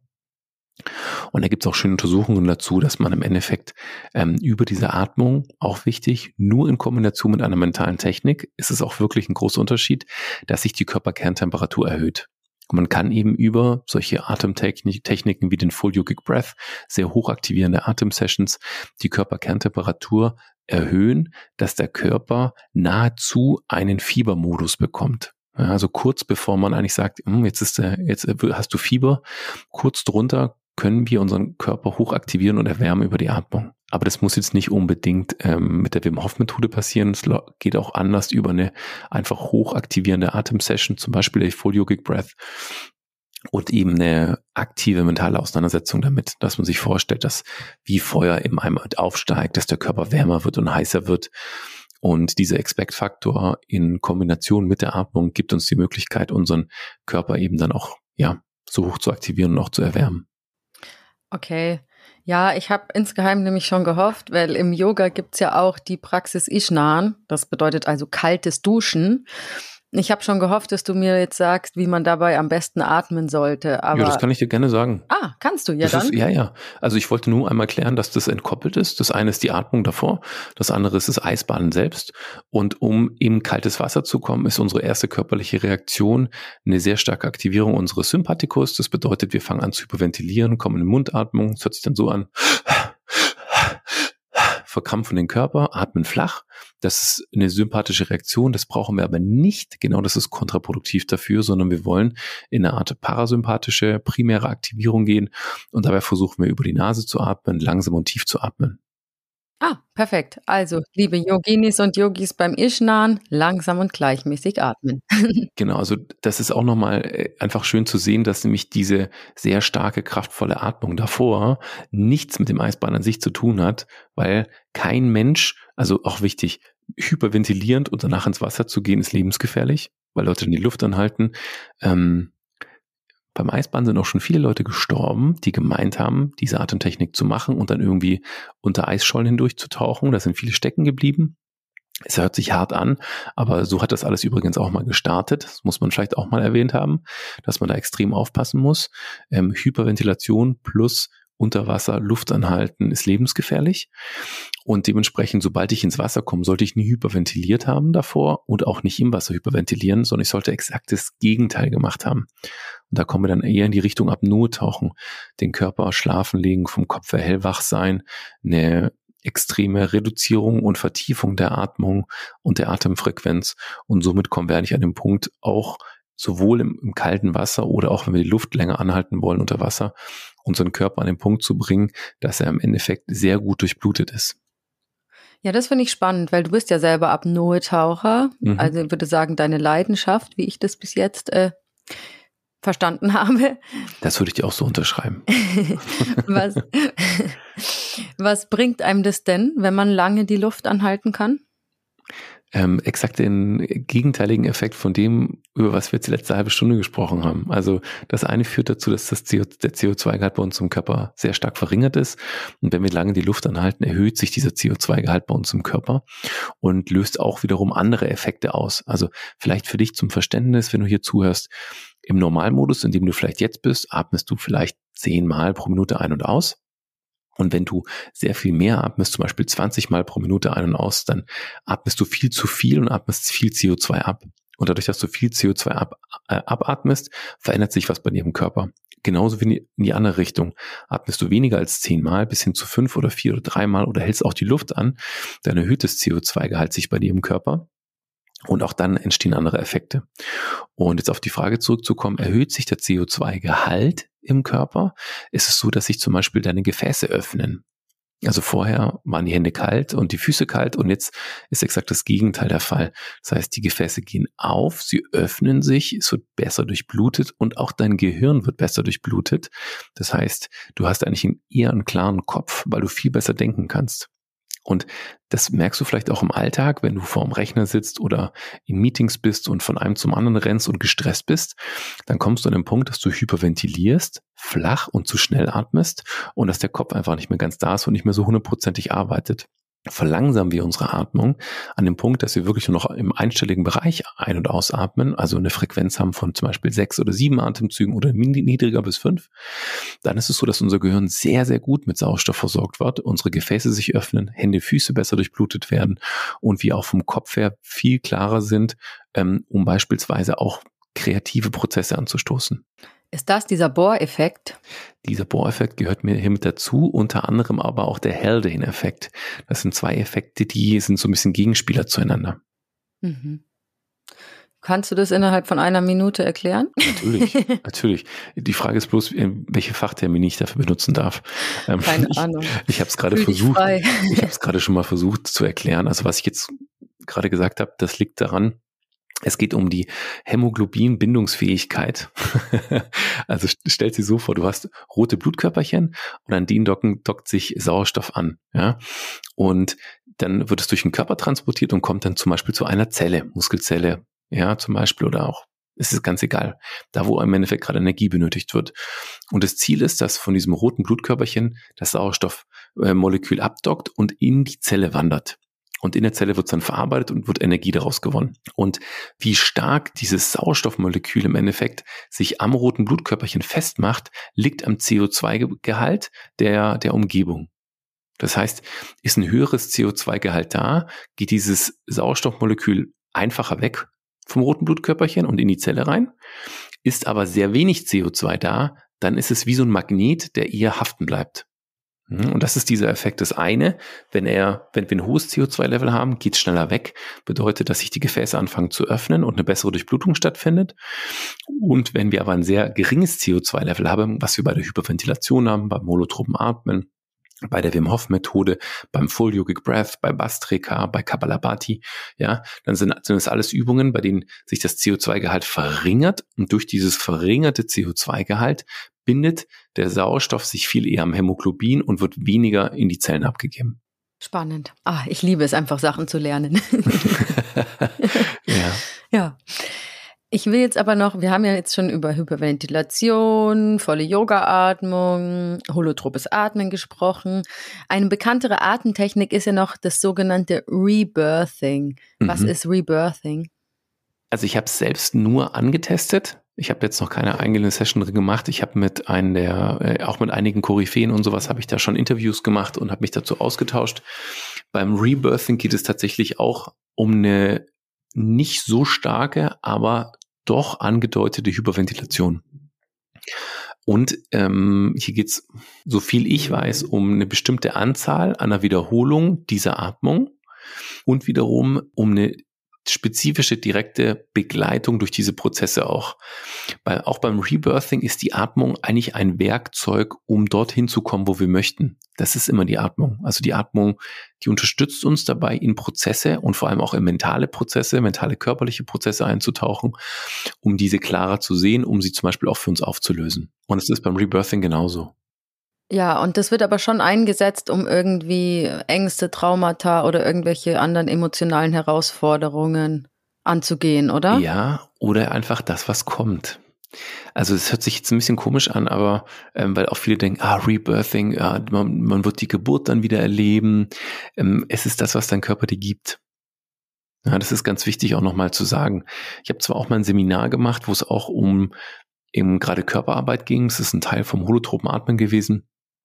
Und da gibt es auch schöne Untersuchungen dazu, dass man im Endeffekt über diese Atmung, auch wichtig, nur in Kombination mit einer mentalen Technik, ist es auch wirklich ein großer Unterschied, dass sich die Körperkerntemperatur erhöht. Und man kann eben über solche Atemtechniken wie den Full Yogic Breath, sehr hochaktivierende Atemsessions, die Körperkerntemperatur erhöhen, dass der Körper nahezu einen Fiebermodus bekommt. Ja, also kurz bevor man eigentlich sagt, jetzt hast du Fieber, kurz drunter können wir unseren Körper hochaktivieren und erwärmen über die Atmung. Aber das muss jetzt nicht unbedingt mit der Wim Hof Methode passieren. Es geht auch anders über eine einfach hochaktivierende Atemsession, zum Beispiel der Full Yogic Breath und eben eine aktive mentale Auseinandersetzung damit, dass man sich vorstellt, dass wie Feuer in einem aufsteigt, dass der Körper wärmer wird und heißer wird. Und dieser Expect-Faktor in Kombination mit der Atmung gibt uns die Möglichkeit, unseren Körper eben dann auch so hoch zu aktivieren und auch zu erwärmen. Okay. Ja, ich habe insgeheim nämlich schon gehofft, weil im Yoga gibt's ja auch die Praxis Ishnan, das bedeutet also kaltes Duschen. Ich habe schon gehofft, dass du mir jetzt sagst, wie man dabei am besten atmen sollte. Aber ja, das kann ich dir gerne sagen. Ah, kannst du, ja dann? Ja. Also ich wollte nur einmal klären, dass das entkoppelt ist. Das eine ist die Atmung davor, das andere ist das Eisbaden selbst. Und um in kaltes Wasser zu kommen, ist unsere erste körperliche Reaktion eine sehr starke Aktivierung unseres Sympathikus. Das bedeutet, wir fangen an zu hyperventilieren, kommen in Mundatmung. Das hört sich dann so an. Verkrampfen den Körper, atmen flach. Das ist eine sympathische Reaktion, das brauchen wir aber nicht. Genau, das ist kontraproduktiv dafür, sondern wir wollen in eine Art parasympathische, primäre Aktivierung gehen und dabei versuchen wir über die Nase zu atmen, langsam und tief zu atmen. Ah, perfekt. Also, liebe Yoginis und Yogis beim Ishnan, langsam und gleichmäßig atmen. Genau, also das ist auch nochmal einfach schön zu sehen, dass nämlich diese sehr starke, kraftvolle Atmung davor nichts mit dem Eisbaden an sich zu tun hat, weil kein Mensch, also auch wichtig, hyperventilierend und danach ins Wasser zu gehen, ist lebensgefährlich, weil Leute dann die Luft anhalten. Beim Eisbaden sind auch schon viele Leute gestorben, die gemeint haben, diese Atemtechnik zu machen und dann irgendwie unter Eisschollen hindurch zu tauchen. Da sind viele stecken geblieben. Es hört sich hart an, aber so hat das alles übrigens auch mal gestartet. Das muss man vielleicht auch mal erwähnt haben, dass man da extrem aufpassen muss. Hyperventilation plus unter Wasser Luft anhalten ist lebensgefährlich. Und dementsprechend, sobald ich ins Wasser komme, sollte ich nie hyperventiliert haben davor und auch nicht im Wasser hyperventilieren, sondern ich sollte exakt das Gegenteil gemacht haben. Und da kommen wir dann eher in die Richtung Apnoe-Tauchen, den Körper schlafen legen, vom Kopf her hellwach sein, eine extreme Reduzierung und Vertiefung der Atmung und der Atemfrequenz. Und somit kommen wir eigentlich an den Punkt, auch sowohl im kalten Wasser oder auch wenn wir die Luft länger anhalten wollen unter Wasser, unseren Körper an den Punkt zu bringen, dass er im Endeffekt sehr gut durchblutet ist. Ja, das finde ich spannend, weil du bist ja selber Apnoe-Taucher. Also ich würde sagen, deine Leidenschaft, wie ich das bis jetzt verstanden habe. Das würde ich dir auch so unterschreiben. Was bringt einem das denn, wenn man lange die Luft anhalten kann? Exakt den gegenteiligen Effekt von dem, über was wir jetzt die letzte halbe Stunde gesprochen haben. Also das eine führt dazu, dass der CO2-Gehalt bei uns im Körper sehr stark verringert ist. Und wenn wir lange die Luft anhalten, erhöht sich dieser CO2-Gehalt bei uns im Körper und löst auch wiederum andere Effekte aus. Also vielleicht für dich zum Verständnis, wenn du hier zuhörst, im Normalmodus, in dem du vielleicht jetzt bist, atmest du vielleicht 10 Mal pro Minute ein und aus. Und wenn du sehr viel mehr atmest, zum Beispiel 20 Mal pro Minute ein und aus, dann atmest du viel zu viel und atmest viel CO2 ab. Und dadurch, dass du viel CO2 abatmest, verändert sich was bei dir im Körper. Genauso wie in die andere Richtung. Atmest du weniger als 10 Mal bis hin zu 5 oder 4 oder 3 Mal oder hältst auch die Luft an, dann erhöht das CO2-Gehalt sich bei dir im Körper. Und auch dann entstehen andere Effekte. Und jetzt auf die Frage zurückzukommen, erhöht sich der CO2-Gehalt im Körper? Ist es so, dass sich zum Beispiel deine Gefäße öffnen? Also vorher waren die Hände kalt und die Füße kalt und jetzt ist exakt das Gegenteil der Fall. Das heißt, die Gefäße gehen auf, sie öffnen sich, es wird besser durchblutet und auch dein Gehirn wird besser durchblutet. Das heißt, du hast eigentlich eher einen klaren Kopf, weil du viel besser denken kannst. Und das merkst du vielleicht auch im Alltag, wenn du vorm Rechner sitzt oder in Meetings bist und von einem zum anderen rennst und gestresst bist, dann kommst du an den Punkt, dass du hyperventilierst, flach und zu schnell atmest und dass der Kopf einfach nicht mehr ganz da ist und nicht mehr so 100%ig arbeitet. Verlangsamen wir unsere Atmung an dem Punkt, dass wir wirklich nur noch im einstelligen Bereich ein- und ausatmen, also eine Frequenz haben von zum Beispiel 6 oder 7 Atemzügen oder niedriger bis 5, dann ist es so, dass unser Gehirn sehr, sehr gut mit Sauerstoff versorgt wird, unsere Gefäße sich öffnen, Hände, Füße besser durchblutet werden und wir auch vom Kopf her viel klarer sind, um beispielsweise auch kreative Prozesse anzustoßen. Ist das dieser Bohr-Effekt? Dieser Bohr-Effekt gehört mir hier mit dazu, unter anderem aber auch der Haldane-Effekt. Das sind 2 Effekte, die sind so ein bisschen Gegenspieler zueinander. Mhm. Kannst du das innerhalb von 1 Minute erklären? Natürlich. Die Frage ist bloß, welche Fachtermine ich dafür benutzen darf. Keine Ahnung. Ich habe es gerade versucht. Ich habe es gerade schon mal versucht zu erklären. Also was ich jetzt gerade gesagt habe, das liegt daran, es geht um die Hämoglobin-Bindungsfähigkeit. Also stellt sich so vor, du hast rote Blutkörperchen und an denen dockt sich Sauerstoff an. Ja? Und dann wird es durch den Körper transportiert und kommt dann zum Beispiel zu einer Zelle, Muskelzelle, ja, zum Beispiel, oder auch, es ist ganz egal, da wo im Endeffekt gerade Energie benötigt wird. Und das Ziel ist, dass von diesem roten Blutkörperchen das Sauerstoffmolekül abdockt und in die Zelle wandert. Und in der Zelle wird es dann verarbeitet und wird Energie daraus gewonnen. Und wie stark dieses Sauerstoffmolekül im Endeffekt sich am roten Blutkörperchen festmacht, liegt am CO2-Gehalt der Umgebung. Das heißt, ist ein höheres CO2-Gehalt da, geht dieses Sauerstoffmolekül einfacher weg vom roten Blutkörperchen und in die Zelle rein. Ist aber sehr wenig CO2 da, dann ist es wie so ein Magnet, der eher haften bleibt. Und das ist dieser Effekt. Das eine, wenn wir ein hohes CO2-Level haben, geht es schneller weg, bedeutet, dass sich die Gefäße anfangen zu öffnen und eine bessere Durchblutung stattfindet. Und wenn wir aber ein sehr geringes CO2-Level haben, was wir bei der Hyperventilation haben, beim holotropen Atmen, bei der Wim Hof Methode, beim Full Yogic Breath, bei Bhastrika, bei Kapalabhati, ja, dann sind das alles Übungen, bei denen sich das CO2-Gehalt verringert und durch dieses verringerte CO2-Gehalt bindet der Sauerstoff sich viel eher am Hämoglobin und wird weniger in die Zellen abgegeben. Spannend. Ich liebe es einfach, Sachen zu lernen. Ja. Ich will jetzt aber noch, wir haben ja jetzt schon über Hyperventilation, volle Yoga-Atmung, holotropes Atmen gesprochen. Eine bekanntere Atemtechnik ist ja noch das sogenannte Rebirthing. Was ist Rebirthing? Also ich habe es selbst nur angetestet. Ich habe jetzt noch keine eigene Session drin gemacht. Ich habe auch mit einigen Koryphäen und sowas habe ich da schon Interviews gemacht und habe mich dazu ausgetauscht. Beim Rebirthing geht es tatsächlich auch um eine nicht so starke, aber doch angedeutete Hyperventilation. Und hier geht es, so viel ich weiß, um eine bestimmte Anzahl an der Wiederholung dieser Atmung und wiederum um eine spezifische direkte Begleitung durch diese Prozesse auch. Auch beim Rebirthing ist die Atmung eigentlich ein Werkzeug, um dorthin zu kommen, wo wir möchten. Das ist immer die Atmung. Also die Atmung, die unterstützt uns dabei, in Prozesse und vor allem auch in mentale Prozesse, mentale körperliche Prozesse einzutauchen, um diese klarer zu sehen, um sie zum Beispiel auch für uns aufzulösen. Und es ist beim Rebirthing genauso. Ja, und das wird aber schon eingesetzt, um irgendwie Ängste, Traumata oder irgendwelche anderen emotionalen Herausforderungen anzugehen, oder? Ja, oder einfach das, was kommt. Also es hört sich jetzt ein bisschen komisch an, aber weil auch viele denken, Rebirthing, man wird die Geburt dann wieder erleben. Es ist das, was dein Körper dir gibt. Ja, das ist ganz wichtig auch nochmal zu sagen. Ich habe zwar auch mal ein Seminar gemacht, wo es auch um eben gerade Körperarbeit ging. Es ist ein Teil vom holotropen Atmen gewesen.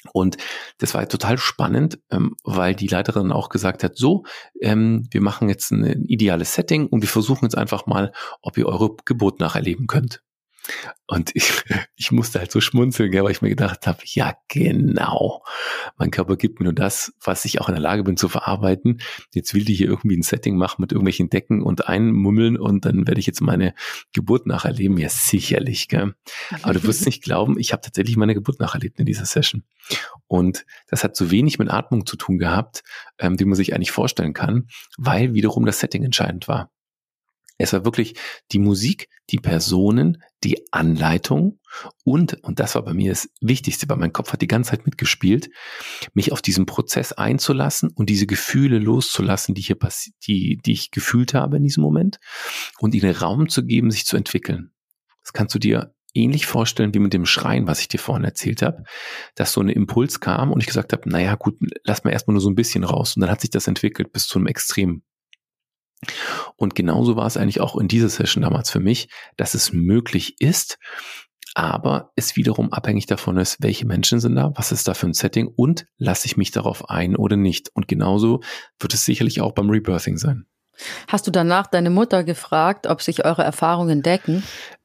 Und das war total spannend, weil die Leiterin auch gesagt hat, so, wir machen jetzt ein ideales Setting und wir versuchen jetzt einfach mal, ob ihr eure Geburt nacherleben könnt. Und ich musste halt so schmunzeln, weil ich mir gedacht habe, ja genau, mein Körper gibt mir nur das, was ich auch in der Lage bin zu verarbeiten. Jetzt will die hier irgendwie ein Setting machen mit irgendwelchen Decken und einmummeln und dann werde ich jetzt meine Geburt nacherleben. Ja, sicherlich, gell? Aber du wirst nicht glauben, ich habe tatsächlich meine Geburt nacherlebt in dieser Session. Und das hat so wenig mit Atmung zu tun gehabt, wie man sich eigentlich vorstellen kann, weil wiederum das Setting entscheidend war. Es war wirklich die Musik, die Personen, die Anleitung und das war bei mir das Wichtigste, weil mein Kopf hat die ganze Zeit mitgespielt, mich auf diesen Prozess einzulassen und diese Gefühle loszulassen, die hier die ich gefühlt habe in diesem Moment und ihnen Raum zu geben, sich zu entwickeln. Das kannst du dir ähnlich vorstellen wie mit dem Schreien, was ich dir vorhin erzählt habe, dass so ein Impuls kam und ich gesagt habe, naja gut, lass mal erstmal nur so ein bisschen raus und dann hat sich das entwickelt bis zu einem Extrem. Und genauso war es eigentlich auch in dieser Session damals für mich, dass es möglich ist, aber es wiederum abhängig davon ist, welche Menschen sind da, was ist da für ein Setting und lasse ich mich darauf ein oder nicht. Und genauso wird es sicherlich auch beim Rebirthing sein. Hast du danach deine Mutter gefragt, ob sich eure Erfahrungen decken?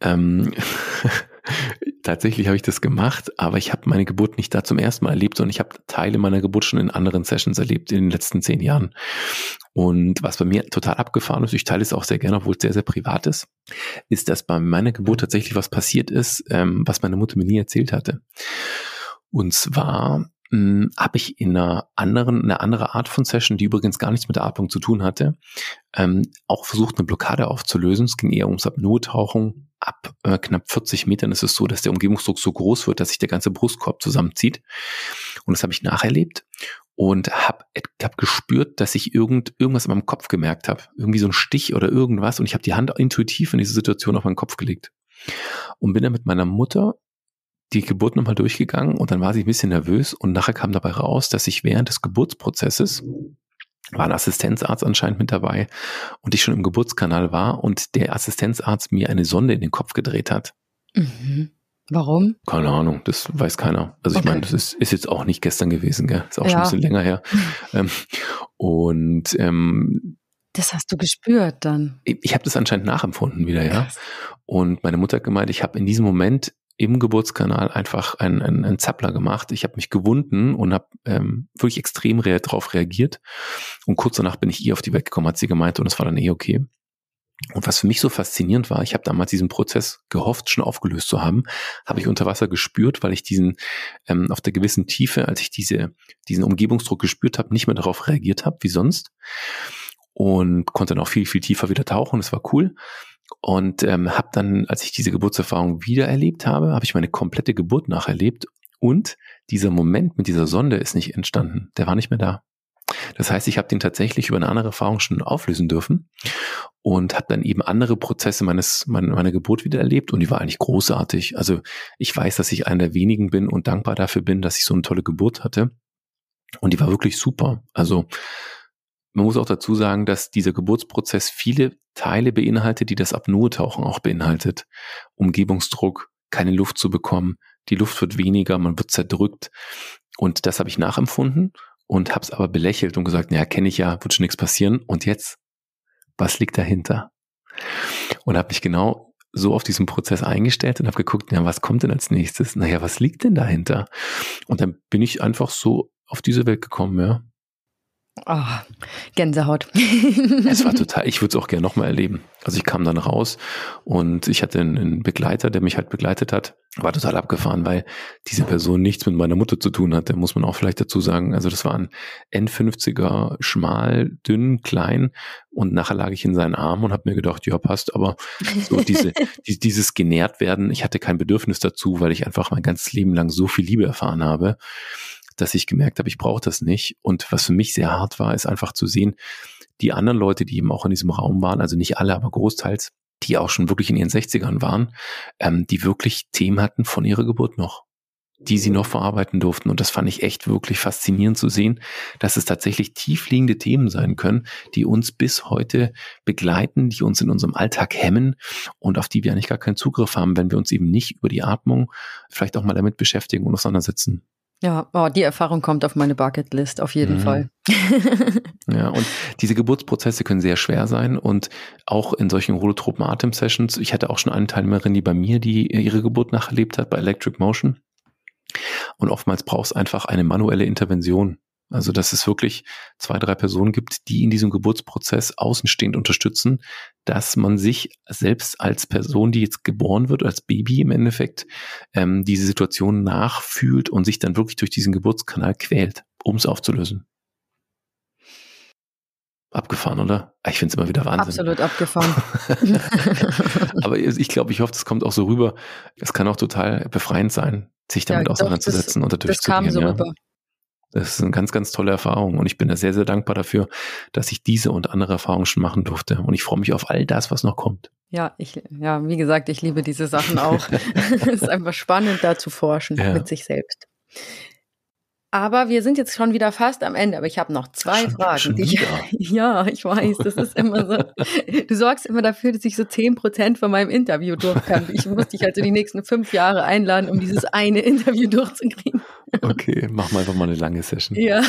Tatsächlich habe ich das gemacht, aber ich habe meine Geburt nicht da zum ersten Mal erlebt, sondern ich habe Teile meiner Geburt schon in anderen Sessions erlebt in den letzten 10 Jahren. Und was bei mir total abgefahren ist, ich teile es auch sehr gerne, obwohl es sehr, sehr privat ist, dass bei meiner Geburt tatsächlich was passiert ist, was meine Mutter mir nie erzählt hatte. Und zwar habe ich in eine andere Art von Session, die übrigens gar nichts mit der Atmung zu tun hatte, auch versucht, eine Blockade aufzulösen. Es ging eher ums Apnoe-Tauchen. Ab knapp 40 Metern ist es so, dass der Umgebungsdruck so groß wird, dass sich der ganze Brustkorb zusammenzieht. Und das habe ich nacherlebt und hab gespürt, dass ich irgendwas in meinem Kopf gemerkt habe. Irgendwie so ein Stich oder irgendwas. Und ich habe die Hand intuitiv in diese Situation auf meinen Kopf gelegt. Und bin dann mit meiner Mutter die Geburt nochmal durchgegangen und dann war sie ein bisschen nervös und nachher kam dabei raus, dass ich während des Geburtsprozesses war ein Assistenzarzt anscheinend mit dabei und ich schon im Geburtskanal war und der Assistenzarzt mir eine Sonde in den Kopf gedreht hat. Mhm. Warum? Keine Ahnung, das weiß keiner. Also ich meine, das ist jetzt auch nicht gestern gewesen, gell? Ist auch schon ein bisschen länger her. Das hast du gespürt dann? Ich habe das anscheinend nachempfunden wieder, ja. Und meine Mutter hat gemeint, ich habe in diesem Moment im Geburtskanal einfach einen Zappler gemacht. Ich habe mich gewunden und habe wirklich extrem darauf reagiert. Und kurz danach bin ich ihr auf die Welt gekommen, hat sie gemeint, und es war dann okay. Und was für mich so faszinierend war, ich habe damals diesen Prozess gehofft, schon aufgelöst zu haben, habe ich unter Wasser gespürt, weil ich diesen auf der gewissen Tiefe, als ich diesen Umgebungsdruck gespürt habe, nicht mehr darauf reagiert habe, wie sonst. Und konnte dann auch viel, viel tiefer wieder tauchen. Das war cool. Und habe dann, als ich diese Geburtserfahrung wieder erlebt habe, habe ich meine komplette Geburt nacherlebt. Und dieser Moment mit dieser Sonde ist nicht entstanden. Der war nicht mehr da. Das heißt, ich habe den tatsächlich über eine andere Erfahrung schon auflösen dürfen und habe dann eben andere Prozesse meiner Geburt wieder erlebt und die war eigentlich großartig. Also ich weiß, dass ich einer der wenigen bin und dankbar dafür bin, dass ich so eine tolle Geburt hatte und die war wirklich super. Also man muss auch dazu sagen, dass dieser Geburtsprozess viele Teile beinhaltet, die das Apnoe-Tauchen auch beinhaltet. Umgebungsdruck, keine Luft zu bekommen, die Luft wird weniger, man wird zerdrückt und das habe ich nachempfunden. Und habe es aber belächelt und gesagt, naja, kenne ich ja, wird schon nichts passieren. Und jetzt, was liegt dahinter? Und habe mich genau so auf diesen Prozess eingestellt und habe geguckt, ja, was kommt denn als nächstes? Naja, was liegt denn dahinter? Und dann bin ich einfach so auf diese Welt gekommen, ja. Oh, Gänsehaut. Es war total, ich würde es auch gerne nochmal erleben. Also ich kam dann raus und ich hatte einen Begleiter, der mich halt begleitet hat. War total abgefahren, weil diese Person nichts mit meiner Mutter zu tun hatte, muss man auch vielleicht dazu sagen. Also das war ein N50er, schmal, dünn, klein und nachher lag ich in seinen Armen und habe mir gedacht, ja passt, aber so dieses genährt werden, ich hatte kein Bedürfnis dazu, weil ich einfach mein ganzes Leben lang so viel Liebe erfahren habe, dass ich gemerkt habe, ich brauche das nicht. Und was für mich sehr hart war, ist einfach zu sehen, die anderen Leute, die eben auch in diesem Raum waren, also nicht alle, aber großteils, die auch schon wirklich in ihren 60ern waren, die wirklich Themen hatten von ihrer Geburt noch, die sie noch verarbeiten durften. Und das fand ich echt wirklich faszinierend zu sehen, dass es tatsächlich tiefliegende Themen sein können, die uns bis heute begleiten, die uns in unserem Alltag hemmen und auf die wir eigentlich gar keinen Zugriff haben, wenn wir uns eben nicht über die Atmung vielleicht auch mal damit beschäftigen und auseinandersetzen. Ja, die Erfahrung kommt auf meine Bucketlist, auf jeden Fall. Ja, und diese Geburtsprozesse können sehr schwer sein und auch in solchen holotropen Atem-Sessions, ich hatte auch schon eine Teilnehmerin, die bei mir ihre Geburt nacherlebt hat, bei Electric Motion. Und oftmals braucht es einfach eine manuelle Intervention. Also, dass es wirklich 2, 3 Personen gibt, die in diesem Geburtsprozess außenstehend unterstützen, dass man sich selbst als Person, die jetzt geboren wird, als Baby im Endeffekt, diese Situation nachfühlt und sich dann wirklich durch diesen Geburtskanal quält, um es aufzulösen. Abgefahren, oder? Ich finde es immer wieder Wahnsinn. Absolut abgefahren. Aber ich hoffe, das kommt auch so rüber. Es kann auch total befreiend sein, sich damit auseinanderzusetzen und dadurch zu gehen. Das kam so rüber. Das ist eine ganz, ganz tolle Erfahrung und ich bin da sehr, sehr dankbar dafür, dass ich diese und andere Erfahrungen schon machen durfte und ich freue mich auf all das, was noch kommt. Ja, wie gesagt, ich liebe diese Sachen auch. Es ist einfach spannend, da zu forschen mit sich selbst. Aber wir sind jetzt schon wieder fast am Ende, aber ich habe noch 2 Fragen. Ja, ich weiß, das ist immer so. Du sorgst immer dafür, dass ich so 10% von meinem Interview durch kann. Ich muss dich also die nächsten 5 Jahre einladen, um dieses eine Interview durchzukriegen. Okay, mach mal einfach mal eine lange Session. Ja.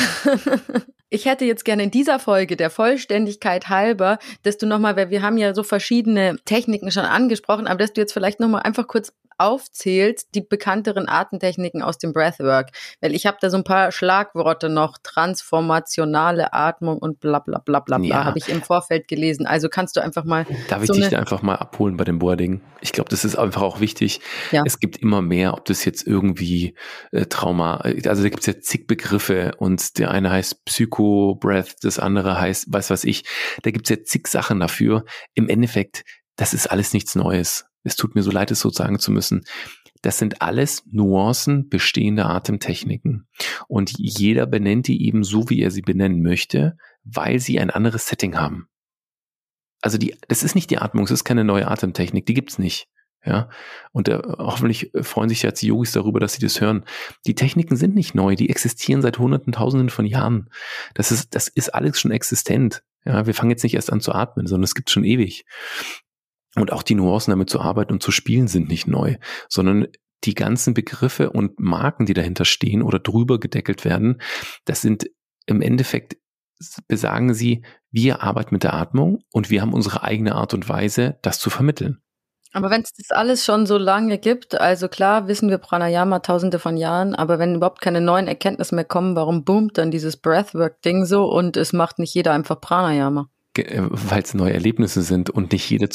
Ich hätte jetzt gerne in dieser Folge der Vollständigkeit halber, dass du nochmal, weil wir haben ja so verschiedene Techniken schon angesprochen, aber dass du jetzt vielleicht nochmal einfach kurz aufzählst, die bekannteren Atemtechniken aus dem Breathwork. Weil ich habe da so ein paar Schlagworte noch, transformationale Atmung und bla bla bla bla bla, habe ich im Vorfeld gelesen. Also kannst du einfach mal... Darf ich dich da einfach mal abholen bei dem Wording? Ich glaube, das ist einfach auch wichtig. Ja. Es gibt immer mehr, ob das jetzt irgendwie Trauma, also da gibt es ja zig Begriffe und der eine heißt Psycho-Breath, das andere heißt, was ich, da gibt es ja zig Sachen dafür. Im Endeffekt, das ist alles nichts Neues. Es tut mir so leid, es so sagen zu müssen. Das sind alles Nuancen bestehender Atemtechniken. Und jeder benennt die eben so, wie er sie benennen möchte, weil sie ein anderes Setting haben. Also das ist nicht die Atmung, es ist keine neue Atemtechnik, die gibt's nicht. Ja, und hoffentlich freuen sich jetzt die Yogis darüber, dass sie das hören. Die Techniken sind nicht neu, die existieren seit Hunderten, Tausenden von Jahren. Das ist alles schon existent. Ja, wir fangen jetzt nicht erst an zu atmen, sondern es gibt schon ewig. Und auch die Nuancen damit zu arbeiten und zu spielen sind nicht neu, sondern die ganzen Begriffe und Marken, die dahinter stehen oder drüber gedeckelt werden, das sind im Endeffekt, besagen sie, wir arbeiten mit der Atmung und wir haben unsere eigene Art und Weise, das zu vermitteln. Aber wenn es das alles schon so lange gibt, also klar wissen wir Pranayama tausende von Jahren, aber wenn überhaupt keine neuen Erkenntnisse mehr kommen, warum boomt dann dieses Breathwork-Ding so und es macht nicht jeder einfach Pranayama? Weil es neue Erlebnisse sind und nicht jeder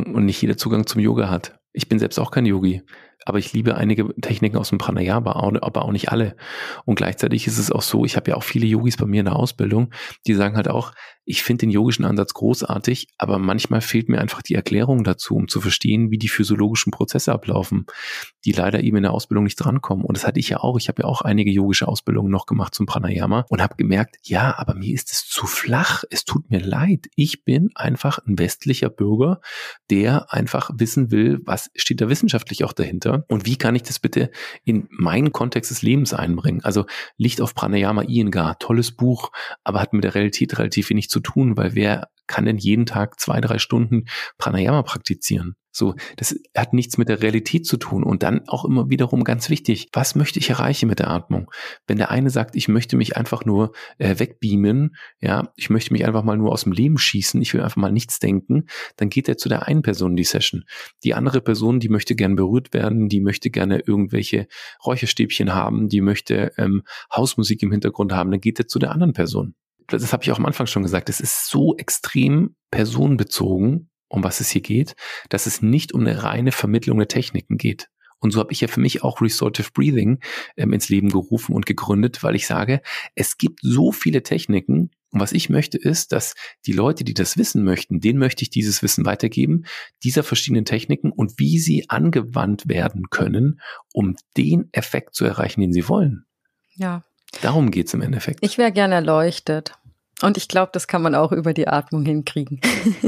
Zugang zum Yoga hat. Ich bin selbst auch kein Yogi, aber ich liebe einige Techniken aus dem Pranayama, aber auch nicht alle. Und gleichzeitig ist es auch so, ich habe ja auch viele Yogis bei mir in der Ausbildung, die sagen halt auch, ich finde den yogischen Ansatz großartig, aber manchmal fehlt mir einfach die Erklärung dazu, um zu verstehen, wie die physiologischen Prozesse ablaufen, die leider eben in der Ausbildung nicht drankommen. Und das hatte ich ja auch. Ich habe ja auch einige yogische Ausbildungen noch gemacht zum Pranayama und habe gemerkt, ja, aber mir ist es zu flach. Es tut mir leid. Ich bin einfach ein westlicher Bürger, der einfach wissen will, was steht da wissenschaftlich auch dahinter und wie kann ich das bitte in meinen Kontext des Lebens einbringen. Also Licht auf Pranayama Iyengar, tolles Buch, aber hat mit der Realität relativ wenig zu tun, weil wer kann denn jeden Tag 2, 3 Stunden Pranayama praktizieren? So, das hat nichts mit der Realität zu tun. Und dann auch immer wiederum ganz wichtig, was möchte ich erreichen mit der Atmung? Wenn der eine sagt, ich möchte mich einfach nur wegbeamen, ja, ich möchte mich einfach mal nur aus dem Leben schießen, ich will einfach mal nichts denken, dann geht er zu der einen Person in die Session. Die andere Person, die möchte gern berührt werden, die möchte gerne irgendwelche Räucherstäbchen haben, die möchte Hausmusik im Hintergrund haben, dann geht er zu der anderen Person. Das habe ich auch am Anfang schon gesagt, es ist so extrem personenbezogen, um was es hier geht, dass es nicht um eine reine Vermittlung der Techniken geht. Und so habe ich ja für mich auch Restorative Breathing ins Leben gerufen und gegründet, weil ich sage, es gibt so viele Techniken und was ich möchte ist, dass die Leute, die das wissen möchten, denen möchte ich dieses Wissen weitergeben, dieser verschiedenen Techniken und wie sie angewandt werden können, um den Effekt zu erreichen, den sie wollen. Ja. Darum geht's im Endeffekt. Ich wäre gerne erleuchtet. Und ich glaube, das kann man auch über die Atmung hinkriegen.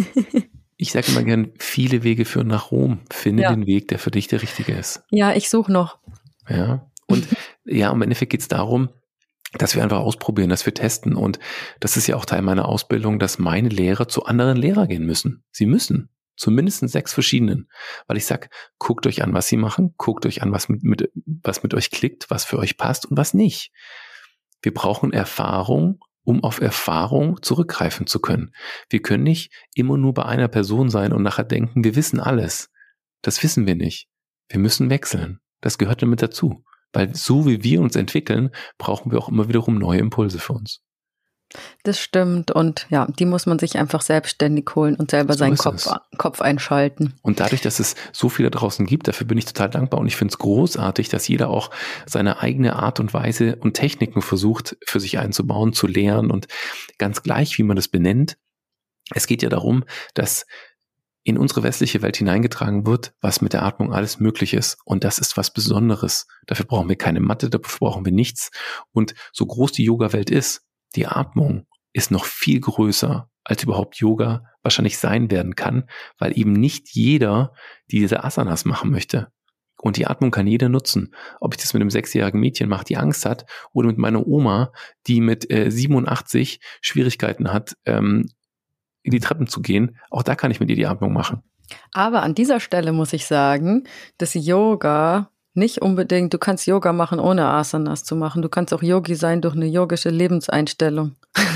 Ich sage immer gern, viele Wege führen nach Rom. Finde den Weg, der für dich der richtige ist. Ja, ich suche noch. Ja, und ja, im Endeffekt geht's darum, dass wir einfach ausprobieren, dass wir testen. Und das ist ja auch Teil meiner Ausbildung, dass meine Lehrer zu anderen Lehrern gehen müssen. Sie müssen. Zumindest 6 verschiedenen. Weil ich sage, guckt euch an, was sie machen, guckt euch an, was mit euch klickt, was für euch passt und was nicht. Wir brauchen Erfahrung, um auf Erfahrung zurückgreifen zu können. Wir können nicht immer nur bei einer Person sein und nachher denken, wir wissen alles. Das wissen wir nicht. Wir müssen wechseln. Das gehört damit dazu. Weil so wie wir uns entwickeln, brauchen wir auch immer wiederum neue Impulse für uns. Das stimmt und ja, die muss man sich einfach selbstständig holen und selber seinen Kopf einschalten. Und dadurch, dass es so viele draußen gibt, dafür bin ich total dankbar und ich finde es großartig, dass jeder auch seine eigene Art und Weise und Techniken versucht für sich einzubauen, zu lernen und ganz gleich, wie man das benennt. Es geht ja darum, dass in unsere westliche Welt hineingetragen wird, was mit der Atmung alles möglich ist. Und das ist was Besonderes. Dafür brauchen wir keine Matte, dafür brauchen wir nichts. Und so groß die Yoga-Welt ist, die Atmung ist noch viel größer, als überhaupt Yoga wahrscheinlich sein werden kann, weil eben nicht jeder diese Asanas machen möchte. Und die Atmung kann jeder nutzen. Ob ich das mit einem 6-jährigen Mädchen mache, die Angst hat, oder mit meiner Oma, die mit 87 Schwierigkeiten hat, in die Treppen zu gehen. Auch da kann ich mit ihr die Atmung machen. Aber an dieser Stelle muss ich sagen, dass Yoga nicht unbedingt, du kannst Yoga machen, ohne Asanas zu machen. Du kannst auch Yogi sein durch eine yogische Lebenseinstellung.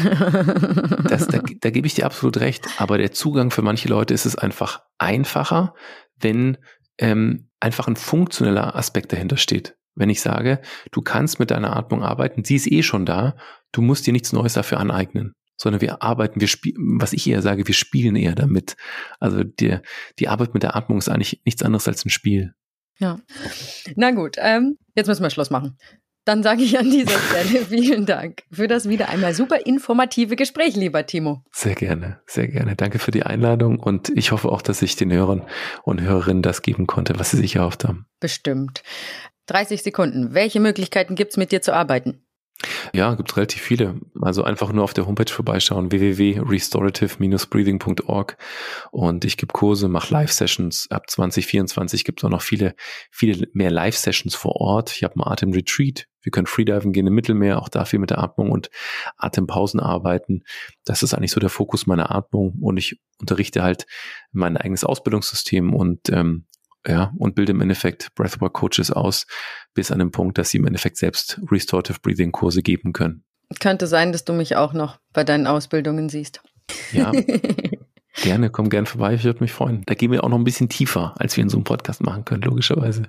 Da gebe ich dir absolut recht. Aber der Zugang für manche Leute ist es einfach einfacher, wenn einfach ein funktioneller Aspekt dahinter steht. Wenn ich sage, du kannst mit deiner Atmung arbeiten, sie ist eh schon da, du musst dir nichts Neues dafür aneignen. Sondern wir spielen, was ich eher sage, wir spielen eher damit. Also die Arbeit mit der Atmung ist eigentlich nichts anderes als ein Spiel. Ja, na gut, jetzt müssen wir Schluss machen. Dann sage ich an dieser Stelle vielen Dank für das wieder einmal super informative Gespräch, lieber Timo. Sehr gerne, sehr gerne. Danke für die Einladung und ich hoffe auch, dass ich den Hörern und Hörerinnen das geben konnte, was sie sich erhofft haben. Bestimmt. 30 Sekunden. Welche Möglichkeiten gibt es, mit dir zu arbeiten? Ja, gibt relativ viele. Also einfach nur auf der Homepage vorbeischauen, www.restorative-breathing.org und ich gebe Kurse, mache Live-Sessions. Ab 2024 gibt es auch noch viele mehr Live-Sessions vor Ort. Ich habe einen Atem-Retreat. Wir können Freediven gehen im Mittelmeer, auch da viel mit der Atmung und Atempausen arbeiten. Das ist eigentlich so der Fokus meiner Atmung und ich unterrichte halt mein eigenes Ausbildungssystem und bilde im Endeffekt Breathwork-Coaches aus, bis an den Punkt, dass sie im Endeffekt selbst Restorative Breathing-Kurse geben können. Könnte sein, dass du mich auch noch bei deinen Ausbildungen siehst. Ja, gerne, komm gern vorbei, ich würde mich freuen. Da gehen wir auch noch ein bisschen tiefer, als wir in so einem Podcast machen können, logischerweise.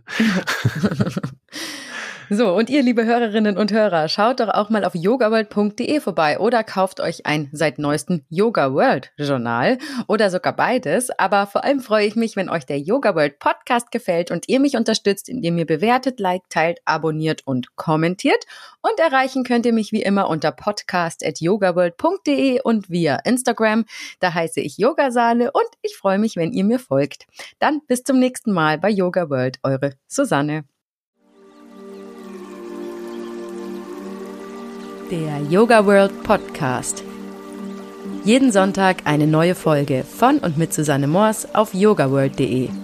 So, und ihr, liebe Hörerinnen und Hörer, schaut doch auch mal auf yogaworld.de vorbei oder kauft euch ein seit neuestem Yoga World Journal oder sogar beides. Aber vor allem freue ich mich, wenn euch der Yoga World Podcast gefällt und ihr mich unterstützt, indem ihr bewertet, liked, teilt, abonniert und kommentiert. Und erreichen könnt ihr mich wie immer unter podcast@yogaworld.de und via Instagram. Da heiße ich Yogasale und ich freue mich, wenn ihr mir folgt. Dann bis zum nächsten Mal bei Yoga World, eure Susanne. Der Yoga World Podcast. Jeden Sonntag eine neue Folge von und mit Susanne Moors auf yogaworld.de.